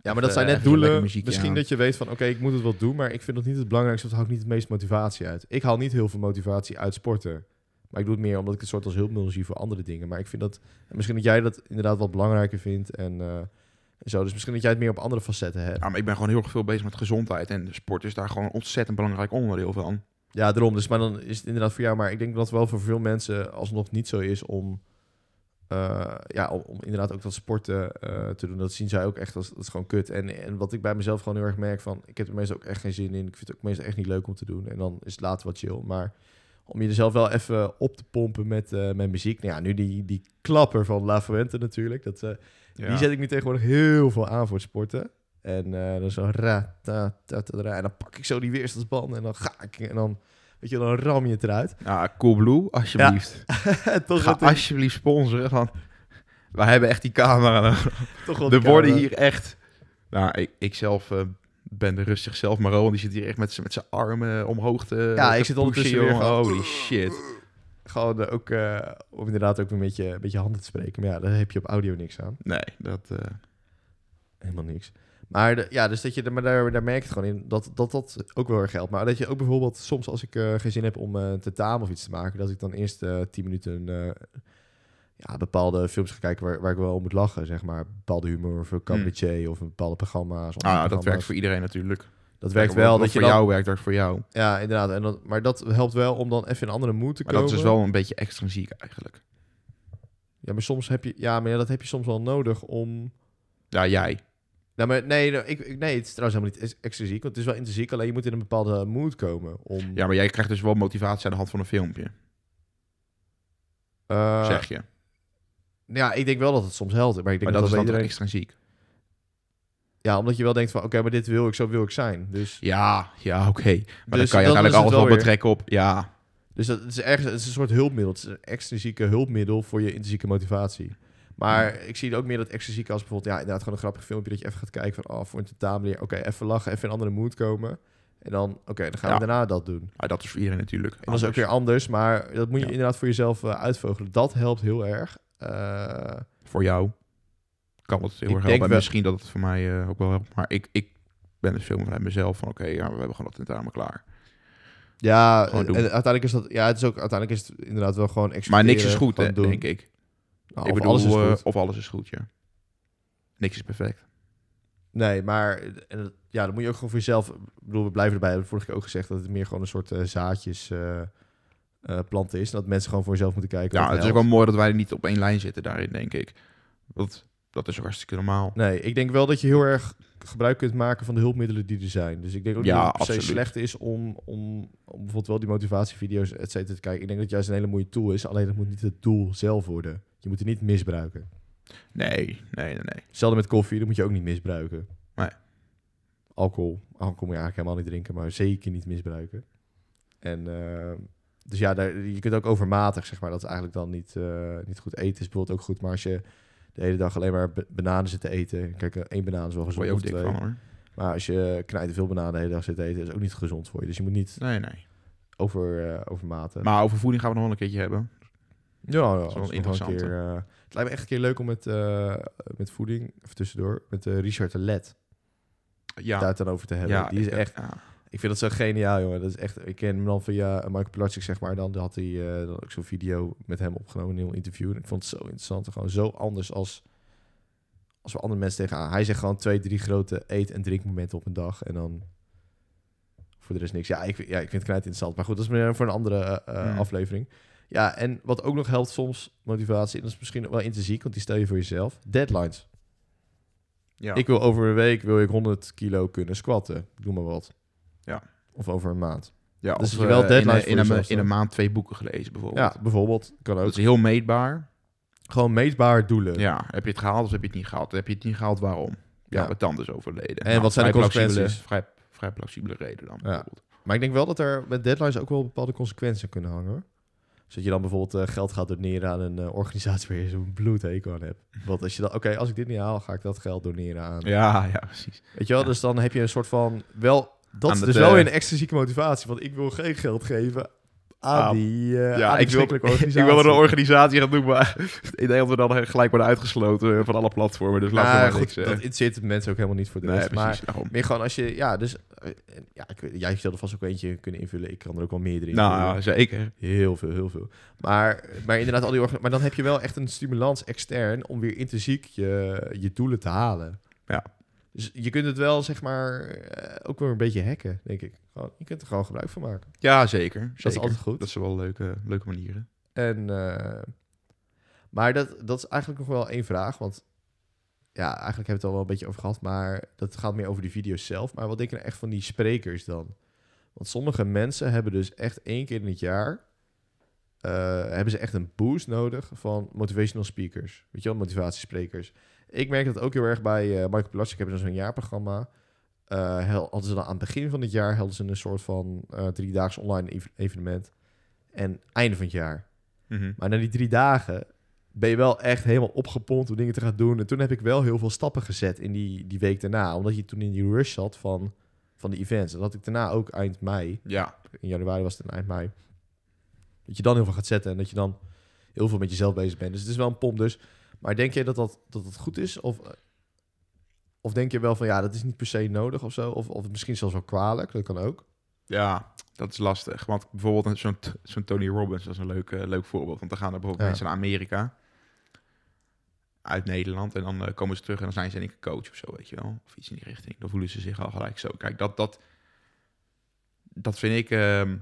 Ja, maar dat zijn net doelen. Misschien dat je weet van, oké, ik moet het wel doen, maar ik vind het niet het belangrijkste. Of haal ik niet het meest motivatie uit. Ik haal niet heel veel motivatie uit sporten. Maar ik doe het meer omdat ik het soort als hulpmiddel zie voor andere dingen. Maar ik vind dat, misschien dat jij dat inderdaad wat belangrijker vindt en zo. Dus misschien dat jij het meer op andere facetten hebt. Ja, maar ik ben gewoon heel erg veel bezig met gezondheid. En sport is daar gewoon een ontzettend belangrijk onderdeel van. Ja, daarom. Dus, maar dan is het inderdaad voor jou. Maar ik denk dat het wel voor veel mensen alsnog niet zo is om inderdaad ook dat sporten te doen. Dat zien zij ook echt als, dat is gewoon kut. En wat ik bij mezelf gewoon heel erg merk van, ik heb er meestal ook echt geen zin in. Ik vind het ook meestal echt niet leuk om te doen. En dan is het later wat chill. Maar om jezelf wel even op te pompen met muziek. Nou ja, nu die klapper van La Fuente natuurlijk. Die zet ik nu tegenwoordig heel veel aan voor het sporten. En dan zo en dan pak ik zo die weerstandsbanden en dan ga ik en dan, weet je, dan ram je het eruit. Ja, Coolblue, alsjeblieft. Ja. Ga alsjeblieft sponsoren. Van, we hebben echt die camera. Toch wel er worden hier echt... Nou, ik zelf ben rustig zelf, maar Rowan die zit hier echt met zijn armen omhoog te ik zit ondertussen weer gewoon, holy shit. Gewoon ook, om inderdaad ook een beetje handen te spreken. Maar ja, daar heb je op audio niks aan. Nee, dat... Helemaal niks. Maar dus dat je, maar daar merk je het gewoon in dat ook wel erg geldt. Maar dat je ook bijvoorbeeld soms als ik geen zin heb om tentamen of iets te maken, dat ik dan eerst 10 minuten bepaalde films ga kijken waar ik wel om moet lachen, zeg maar. Bepaalde humor of een cabaretier of een bepaalde programma's. Dat werkt voor iedereen natuurlijk. Dat werkt wel. Dat voor jou werkt, werkt voor jou. Ja, inderdaad. Maar dat helpt wel om dan even in een andere mood te komen. Maar dat is wel een beetje extrinsiek eigenlijk. Ja, maar soms heb je... Ja, maar dat heb je soms wel nodig om... Ja, jij. Nou, maar nee, het is trouwens helemaal niet extrinsiek, want het is wel intrinsiek, alleen je moet in een bepaalde mood komen om... Ja, maar jij krijgt dus wel motivatie aan de hand van een filmpje. Zeg je. Ja, ik denk wel dat het soms helpt. Maar ik denk dat is dan iedereen... toch extrinsiek? Ja, omdat je wel denkt van, oké, maar dit wil ik, zo wil ik zijn. Dus... Ja, oké. Maar dus dan kan je uiteindelijk alles wel betrekken op... Ja. Dus dat is ergens, het is een soort hulpmiddel. Het is een extrinsieke hulpmiddel voor je intrinsieke motivatie. Maar ik zie ook meer dat extrinsieke als bijvoorbeeld... Ja, inderdaad gewoon een grappig filmpje dat je even gaat kijken van... voor een tentamen oké, even lachen, even in een andere mood komen. En dan, dan gaan we daarna dat doen. Ja, dat is voor iedereen natuurlijk. En dat is ook weer anders, maar dat moet je inderdaad voor jezelf uitvogelen. Dat helpt heel erg. Voor jou kan het heel erg helpen. Misschien dat het voor mij ook wel helpt. Maar ik ben dus veel vanuit mezelf van... Oké, we hebben gewoon dat tentamen klaar. Ja, en uiteindelijk is dat... Ja, uiteindelijk is het inderdaad wel gewoon... Maar niks is goed, hè, denk ik. Nou, ik bedoel, alles is goed. Of alles is goed, ja. Niks is perfect. Nee, maar dan moet je ook gewoon voor jezelf... Ik bedoel, we blijven erbij. We hebben vorige keer ook gezegd dat het meer gewoon een soort zaadjes planten is. En dat mensen gewoon voor jezelf moeten kijken. Ja, het is ook wel mooi dat wij niet op één lijn zitten daarin, denk ik. Want dat is ook hartstikke normaal. Nee, ik denk wel dat je heel erg gebruik kunt maken van de hulpmiddelen die er zijn. Dus ik denk ook niet dat het per se slecht is om bijvoorbeeld wel die motivatievideo's, et cetera, te kijken. Ik denk dat het juist een hele mooie tool is. Alleen dat moet niet het doel zelf worden. Je moet het niet misbruiken. Nee. Hetzelfde met koffie, dat moet je ook niet misbruiken. Nee. Alcohol moet je eigenlijk helemaal niet drinken, maar zeker niet misbruiken. En dus ja, je kunt ook overmatig, zeg maar, dat eigenlijk dan niet goed eten is bijvoorbeeld ook goed. Maar als je de hele dag alleen maar bananen zit te eten, kijk, 1 banaan is wel gezond. Word je ook dik van, hoor. Maar als je knijt veel bananen de hele dag zit te eten, is ook niet gezond voor je. Dus je moet niet overmaten. Maar over voeding gaan we nog wel een keertje hebben. Ja, dat is wel interessant. Het lijkt me echt een keer leuk om met voeding, even tussendoor, met Richard de Let daar het dan over te hebben. Ja, die is echt... Ja. Ik vind dat zo geniaal, jongen. Dat is echt... Ik ken hem dan via Michael Pilarczyk, zeg maar. Dan had hij dan ook zo'n video met hem opgenomen, een heel interview. En ik vond het zo interessant en gewoon zo anders als we andere mensen tegenaan. Hij zegt gewoon 2-3 grote eet- en drinkmomenten op een dag. En dan voor de rest niks. Ja, ik vind het knijt interessant. Maar goed, dat is meer voor een andere aflevering. Ja, en wat ook nog helpt soms, motivatie, en dat is misschien wel intrinsiek, want die stel je voor jezelf. Deadlines. Ja. Ik wil over een week 100 kilo kunnen squatten. Doe maar wat. Ja. Of over een maand. Ja, dus je wel deadlines in een maand 2 boeken gelezen bijvoorbeeld. Ja, bijvoorbeeld. Kan ook. Dat is heel meetbaar. Gewoon meetbaar doelen. Ja, heb je het gehaald of heb je het niet gehaald? Heb je het niet gehaald, waarom? Ja, mijn tand is overleden. En wat zijn de consequenties? Vrij plausibele reden dan bijvoorbeeld. Maar ik denk wel dat er met deadlines ook wel bepaalde consequenties kunnen hangen, hoor. Zodat je dan bijvoorbeeld geld gaat doneren aan een organisatie waar je zo'n bloedhekel aan hebt. Want als je dan, als ik dit niet haal, ga ik dat geld doneren aan. Ja, precies. Weet je wel, dus dan heb je een soort van wel... Dat is dus wel een extrinsieke motivatie. Want ik wil geen geld geven aan die Ja, ik verschrikkelijke wil organisatie. er een organisatie gaan doen, maar ik denk dat we dan gelijk worden uitgesloten van alle platformen. Dus laten we maar goed, niks... dat interesseert mensen ook helemaal niet voor de nee, rest. precies, Maar daarom. meer gewoon als je... Ja, dus... jij stelde vast ook eentje kunnen invullen. Ik kan er ook wel meerdere in Nou, invullen. ja, zeker. Heel veel, heel veel. Maar inderdaad, al die maar dan heb je wel echt een stimulans extern om weer intrinsiek je doelen te halen. Ja. Dus je kunt het wel, zeg maar, ook weer een beetje hacken, denk ik. Gewoon, je kunt er gewoon gebruik van maken. Ja, zeker. Dat is altijd goed. Dat zijn wel leuke manieren. En, maar dat is eigenlijk nog wel één vraag, want ja, eigenlijk hebben we het al wel een beetje over gehad, maar dat gaat meer over die video's zelf. Maar wat denk je nou echt van die sprekers dan? Want sommige mensen hebben dus echt 1 keer in het jaar hebben ze echt een boost nodig van motivational speakers. Weet je wel, motivatiesprekers. Ik merk dat ook heel erg bij Michael Pilarczyk. Hebben ze zo'n jaarprogramma. Hadden ze dan aan het begin van het jaar hadden ze een soort van 3-daags online evenement. En einde van het jaar. Mhm. Maar na die 3 dagen ben je wel echt helemaal opgepompt om dingen te gaan doen. En toen heb ik wel heel veel stappen gezet in die week daarna. Omdat je toen in die rush zat van de events. Dat had ik daarna ook eind mei. Ja. In januari was het eind mei. Dat je dan heel veel gaat zetten en dat je dan heel veel met jezelf bezig bent. Dus het is wel een pomp dus. Maar denk je dat goed is? Of denk je wel van, ja, dat is niet per se nodig of zo? Of misschien zelfs wel kwalijk, dat kan ook. Ja, dat is lastig. Want bijvoorbeeld zo'n Tony Robbins, dat is een leuk voorbeeld. Want dan gaan er bijvoorbeeld mensen naar Amerika uit Nederland. En dan komen ze terug en dan zijn ze denk ik een coach of zo, weet je wel. Of iets in die richting. Dan voelen ze zich al gelijk zo. Kijk, dat vind ik...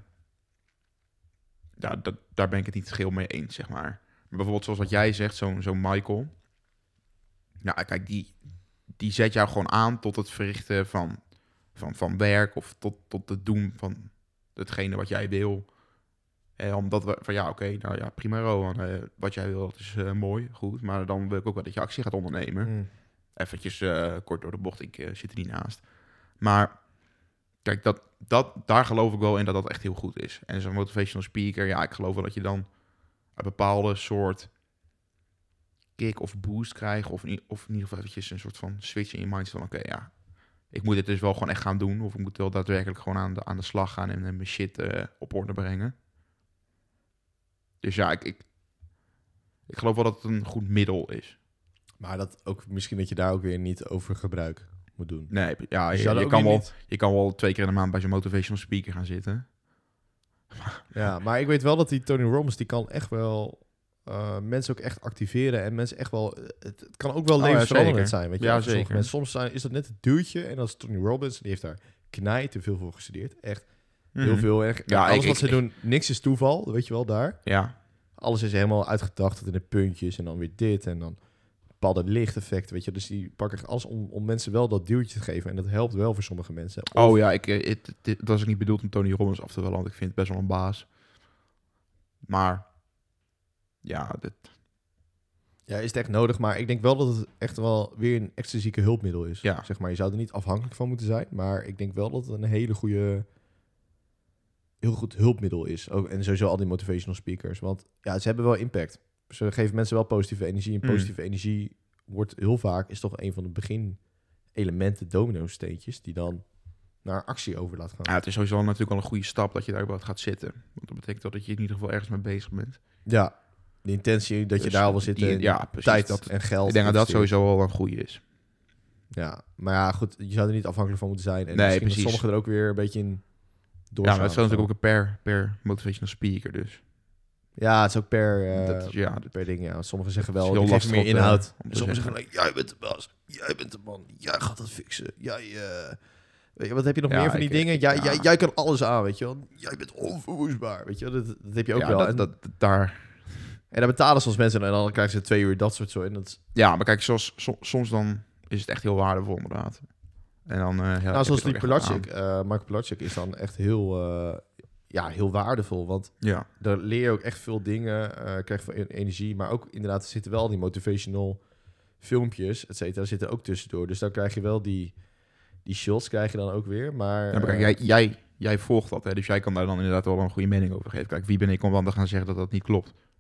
daar ben ik het niet geheel mee eens, zeg maar. Maar bijvoorbeeld zoals wat jij zegt, zo'n Michael. Nou, kijk, die zet jou gewoon aan tot het verrichten van werk of tot het doen van hetgene wat jij wil. Omdat we van oké, nou ja, prima Rowan, wat jij wil, dat is mooi, goed. Maar dan wil ik ook wel dat je actie gaat ondernemen. Eventjes kort door de bocht, ik zit er niet naast. Maar kijk, daar geloof ik wel in dat dat echt heel goed is. En zo'n motivational speaker, ja, ik geloof wel dat je dan een bepaalde soort kick of boost krijgt. Of in ieder geval eventjes een soort van switch in je mind van oké, ja, ik moet het dus wel gewoon echt gaan doen. Of ik moet wel daadwerkelijk gewoon aan de slag gaan en mijn shit op orde brengen. Dus ja, ik geloof wel dat het een goed middel is. Maar misschien dat je daar ook weer niet over gebruik moet doen. Nee, ja, Dus je kan wel 2 keer in de maand bij zo'n motivational speaker gaan zitten. Ja, maar ik weet wel dat die Tony Robbins, die kan echt wel mensen ook echt activeren. En mensen echt wel... Het kan ook wel levensveranderend zijn. Weet je? Ja, Voor sommige zeker. mensen. Soms is dat net het duwtje. En dat is Tony Robbins. Die heeft daar te veel voor gestudeerd. Echt heel veel. En alles wat ze doen, niks is toeval. Weet je wel, daar. Ja. Alles is helemaal uitgedacht in de puntjes. En dan weer dit. En dan bepaalde lichteffecten. Weet je. Dus die pakken echt alles om mensen wel dat duwtje te geven. En dat helpt wel voor sommige mensen. Oh ja, dat is ook niet bedoeld om Tony Robbins af te vallen, want ik vind het best wel een baas. Maar ja, Ja, is het echt nodig, maar ik denk wel dat het echt wel weer een extrinsieke hulpmiddel is. Ja. Zeg maar, je zou er niet afhankelijk van moeten zijn, maar ik denk wel dat het een heel goed hulpmiddel is. Ook, en sowieso al die motivational speakers, want ja, ze hebben wel impact. Ze geven mensen wel positieve energie. En positieve energie wordt heel vaak, is toch een van de beginelementen, domino-steentjes, die dan naar actie over laat gaan. Ja, het is sowieso natuurlijk al een goede stap dat je daar überhaupt gaat zitten. Want dat betekent wel dat je in ieder geval ergens mee bezig bent. Ja, de intentie dat je Dus daar al wil zitten, ja, precies, tijd en geld. Ik denk dat dat investeren. sowieso wel een goede is. Ja, maar ja, goed, je zou er niet afhankelijk van moeten zijn. En Nee, misschien precies. dat sommigen er ook weer een beetje in Ja, doorslaan. maar het is wel natuurlijk ook per motivational speaker, dus. Ja, het is ook per, dat per ding, ja. Sommigen zeggen dat is wel, heel die geven lastig meer inhoud. om te Sommigen zeggen. zeggen, jij bent de baas. Jij bent de man. Jij gaat dat fixen. Weet je, wat heb je nog Ja, meer van die dingen? ja. Jij kan alles aan, weet je wel. Jij bent onverwoestbaar, weet je wel. Dat heb je ook wel. En daar... daar betalen soms mensen en dan krijgen ze 2 uur dat soort zo. En dat is, Ja, maar kijk, soms dan is het echt heel waardevol, inderdaad. En dan... nou, zoals die Pilarczyk, Michael Pilarczyk is dan echt heel waardevol. Want Ja. daar leer je ook echt veel dingen, krijg je veel energie. Maar ook inderdaad, er zitten wel die motivational filmpjes, et cetera, zitten ook tussendoor. Dus dan krijg je wel die shots krijg je dan ook weer. Maar, Ja, maar kijk, jij volgt dat, hè? Dus jij kan daar dan inderdaad wel een goede mening over geven. Kijk, wie ben ik om dan te gaan zeggen dat dat niet klopt?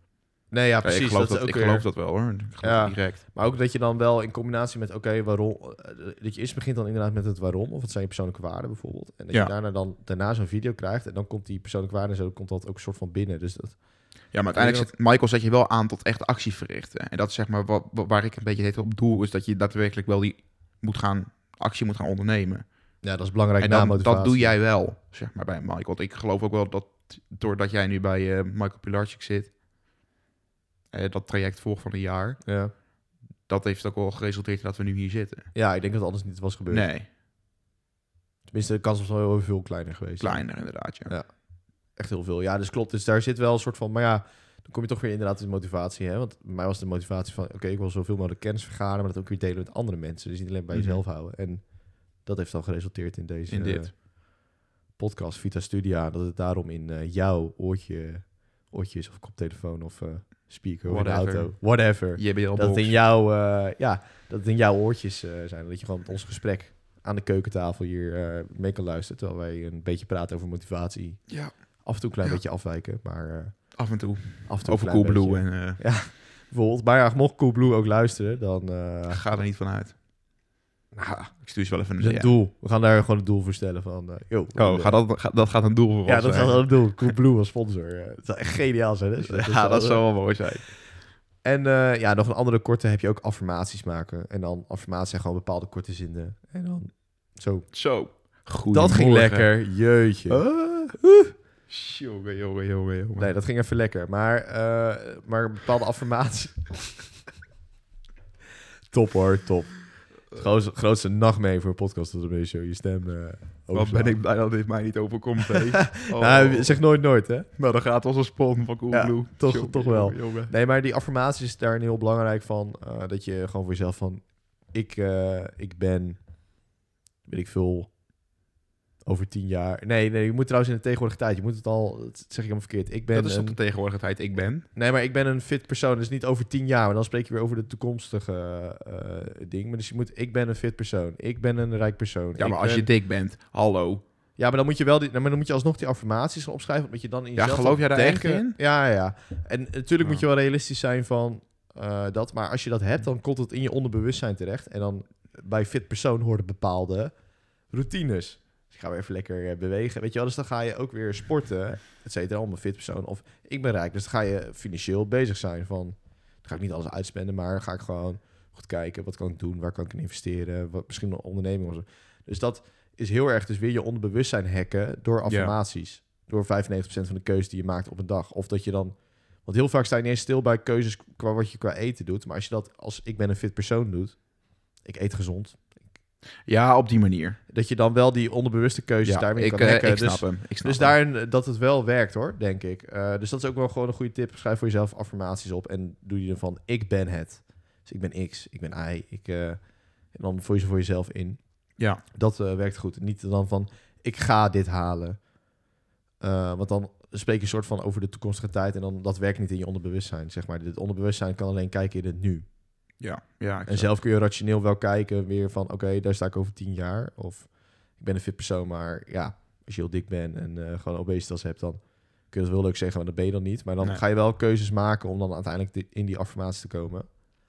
Nee, ja, Ja, precies. ik geloof dat is ook ik weer- geloof dat wel hoor. Ik geloof Ja. het direct. Maar ook dat je dan wel in combinatie met, waarom... dat je eerst begint dan inderdaad met het waarom. Of wat zijn je persoonlijke waarden bijvoorbeeld. En dat Ja. je daarna zo'n video krijgt. En dan komt die persoonlijke waarde en zo, komt dat ook een soort van binnen. Dus dat... Ja, maar uiteindelijk Michael zet je wel aan tot echt actie verrichten. En dat is zeg maar waar ik een beetje op doel is dat je daadwerkelijk wel die actie moet gaan ondernemen. Ja, dat is belangrijk En na dat motivatie. doe jij wel, zeg maar, bij Michael. Want ik geloof ook wel dat doordat jij nu bij Michael Pilarczyk zit, dat traject volgt van een jaar, Ja. dat heeft ook wel geresulteerd in dat we nu hier zitten. Ja, ik denk dat het anders niet was gebeurd. Nee, Tenminste, de kans was wel heel veel kleiner geweest. kleiner inderdaad, ja. Ja. Echt heel veel. Ja, dus klopt. Dus daar zit wel een soort van... Maar ja, dan kom je toch weer inderdaad in de motivatie. Hè? Want bij mij was de motivatie van... Oké, ik wil zoveel mogelijk kennis vergaren, maar dat ook weer delen met andere mensen. Dus niet alleen bij Mhm. jezelf houden. En dat heeft dan geresulteerd in deze In dit. podcast, Vita Studia. Dat het daarom in jouw oortjes of koptelefoon of speaker of in de Whatever. auto. Whatever. JBL Dat het box. in jouw, dat het in jouw oortjes zijn. Dat je gewoon met ons gesprek aan de keukentafel hier mee kan luisteren. Terwijl wij een beetje praten over motivatie. Ja, Af en toe een klein Ja. beetje afwijken, maar af en toe. af en toe Over een klein Coolblue beetje. en Bijvoorbeeld. Maar ja, mocht Coolblue ook luisteren, dan... ga er niet van uit. nou, Ik stuur ze wel even dat is een een DM. doel. We gaan daar gewoon een doel voor stellen van... Dat gaat een doel voor ja, ons dat zijn. gaat wel een doel. Coolblue als sponsor. Het zou echt geniaal zijn. Hè? Ja, dat zou wel mooi zijn. En nog een andere korte heb je ook affirmaties maken. En dan affirmaties zijn gewoon bepaalde korte zinnen. En dan zo. Zo. Dat ging lekker. Jeetje. Jongen. Nee, dat ging even lekker. Maar een bepaalde affirmatie... Top hoor, top. Het grootste nachtmerrie voor een podcast dat een beetje zo je stem Wat overslaat. ben ik blij dat dit mij niet overkomt, hè. Oh. Nou, zeg nooit hè? Nou, dan gaat onze spon van Coolblue. Ja, Jongen, toch wel. Jongen. Nee, maar die affirmatie is daar heel belangrijk van. Dat je gewoon voor jezelf van... Ik ben... Weet ik veel... Over 10 jaar... Nee, je moet trouwens in de tegenwoordige tijd... Je moet het al... Dat zeg ik helemaal verkeerd. Ik ben Dat is op de tegenwoordige tijd. Ik ben. Nee, maar ik ben een fit persoon. Dus niet over 10 jaar. Maar dan spreek je weer over de toekomstige ding. Maar dus ik ben een fit persoon. Ik ben een rijk persoon. Ja, maar Ik als je ben- dik bent, hallo. Ja, maar dan moet je wel maar dan moet je alsnog die affirmaties gaan opschrijven. Omdat je dan in Ja, jezelf geloof gaat jij daar echt denken. in? Ja. En natuurlijk moet Ja. je wel realistisch zijn van dat. Maar als je dat hebt, dan komt het in je onderbewustzijn terecht. En dan bij fit persoon horen bepaalde routines. Dus ik ga weer even lekker bewegen. Weet je wel, dus dan ga je ook weer sporten, et cetera, om een fit persoon. Of ik ben rijk, dus dan ga je financieel bezig zijn van... Dan ga ik niet alles uitspenden, maar dan ga ik gewoon goed kijken. Wat kan ik doen? Waar kan ik in investeren? Misschien een onderneming of zo. Dus dat is heel erg dus weer je onderbewustzijn hacken door affirmaties. Door 95% van de keuzes die je maakt op een dag. Of dat je dan... Want heel vaak sta je niet eens stil bij keuzes qua wat je qua eten doet. Maar als je dat als ik ben een fit persoon doet... Ik eet gezond. Ja, op die manier. Dat je dan wel die onderbewuste keuzes daarmee ik, kan hacken. ik snap Dus hem. Ik snap dus hem. daarin dat het wel werkt hoor, denk ik. Dus dat is ook wel gewoon een goede tip. Schrijf voor jezelf affirmaties op en doe je ervan ik ben het. Dus ik ben X, ik ben Y. En dan voer je ze voor jezelf in. Ja. Dat werkt goed. Niet dan van ik ga dit halen. Want dan spreek je een soort van over de toekomstige tijd en dan dat werkt niet in je onderbewustzijn. Zeg maar. Het onderbewustzijn kan alleen kijken in het nu. Ja, En zelf kun je rationeel wel kijken weer van... oké, daar sta ik over 10 jaar. Of ik ben een fit persoon, maar ja... als je heel dik bent en gewoon obesitas hebt... dan kun je het wel leuk zeggen, maar dat ben je dan niet. Maar dan Nee. ga je wel keuzes maken... om dan uiteindelijk in die affirmatie te komen.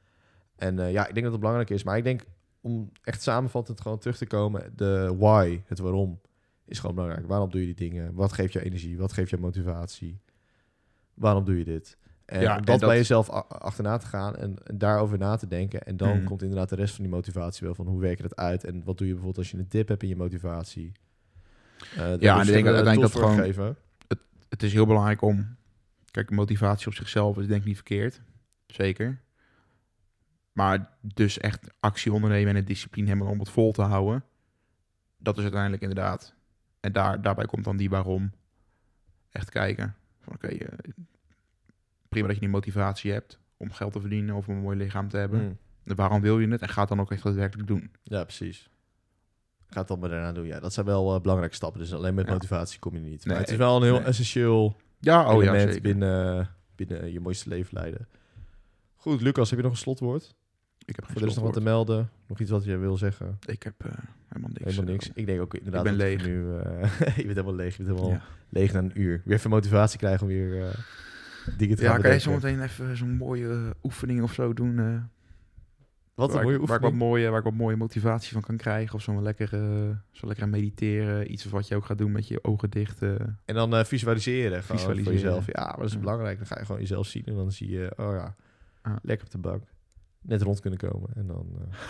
En ik denk dat het belangrijk is. Maar ik denk, om echt samenvattend gewoon terug te komen... de why, het waarom, is gewoon belangrijk. Waarom doe je die dingen? Wat geeft je energie? Wat geeft je motivatie? Waarom doe je dit? En Ja, om dat en bij jezelf achterna te gaan en daarover na te denken. En dan Mhm. komt inderdaad de rest van die motivatie wel van hoe werk je dat uit? En wat doe je bijvoorbeeld als je een dip hebt in je motivatie? en ik denk uiteindelijk dat gewoon- geven. Het is heel belangrijk om... Kijk, motivatie op zichzelf is denk ik niet verkeerd. Zeker. Maar dus echt actie ondernemen en een discipline hebben om het vol te houden. Dat is uiteindelijk inderdaad... En daarbij komt dan die waarom. Echt kijken. Van oké, prima dat je die motivatie hebt om geld te verdienen of om een mooi lichaam te hebben. Mm. En waarom wil je het? En ga het dan ook echt daadwerkelijk doen. Ja, precies. Ga het dan maar daarna doen. Ja, dat zijn wel belangrijke stappen. Dus alleen met Ja. motivatie kom je niet. Nee, Maar het is wel een heel nee. essentieel Ja, element zeker. binnen je mooiste leven leiden. Goed, Lucas, heb je nog een slotwoord? Ik heb geen Voor de rest nog wat te slotwoord. melden? Nog iets wat je wil zeggen? Ik heb helemaal niks. Helemaal niks. Ik denk ook inderdaad... Ik ben dat leeg. we nu, je bent helemaal leeg. Je bent helemaal Ja. leeg na een uur. Weer even motivatie krijgen om weer dingen te Ja, gaan kan je bedenken. zometeen even zo'n mooie oefening of zo doen? Wat een mooie oefening. Waar ik wat mooie motivatie van kan krijgen. Of zo lekker mediteren. Iets wat je ook gaat doen met je ogen dicht. En dan visualiseren. Gewoon voor Visualiseren. jezelf. Ja, maar dat is Ja. belangrijk. Dan ga je gewoon jezelf zien. En dan zie je, oh ja, lekker op de bank. Net rond kunnen komen. En dan...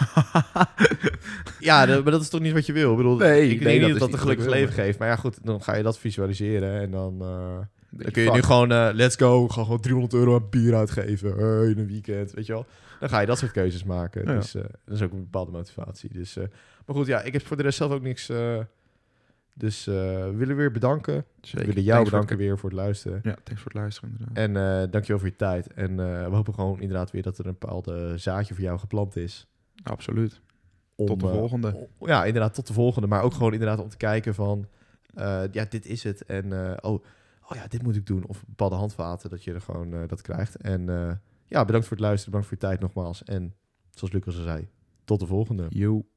Ja, maar dat is toch niet wat je wil? Ik bedoel, ik denk niet dat dat een gelukkig leven geeft. Maar ja, goed, dan ga je dat visualiseren. En dan kun je nu gewoon, let's go. Ga gewoon €300 aan bier uitgeven. In een weekend, weet je wel. Dan ga je dat soort keuzes maken. Ja. Dus dat is ook een bepaalde motivatie. Dus, maar goed, ja, ik heb voor de rest zelf ook niks... dus we willen weer bedanken. Zeker. We willen jou Thanks bedanken weer voor het luisteren. Ja, thanks voor het luisteren inderdaad. En dankjewel voor je tijd. En we hopen gewoon inderdaad weer dat er een bepaalde zaadje voor jou geplant is. Absoluut. Om, Tot de volgende. Ja, inderdaad, tot de volgende. Maar ook gewoon inderdaad om te kijken van... ja, dit is het. En oh ja, dit moet ik doen. Of bepaalde handvaten, dat je er gewoon dat krijgt. En ja, bedankt voor het luisteren. Bedankt voor je tijd nogmaals. En zoals Lucas al zei, tot de volgende. Yo.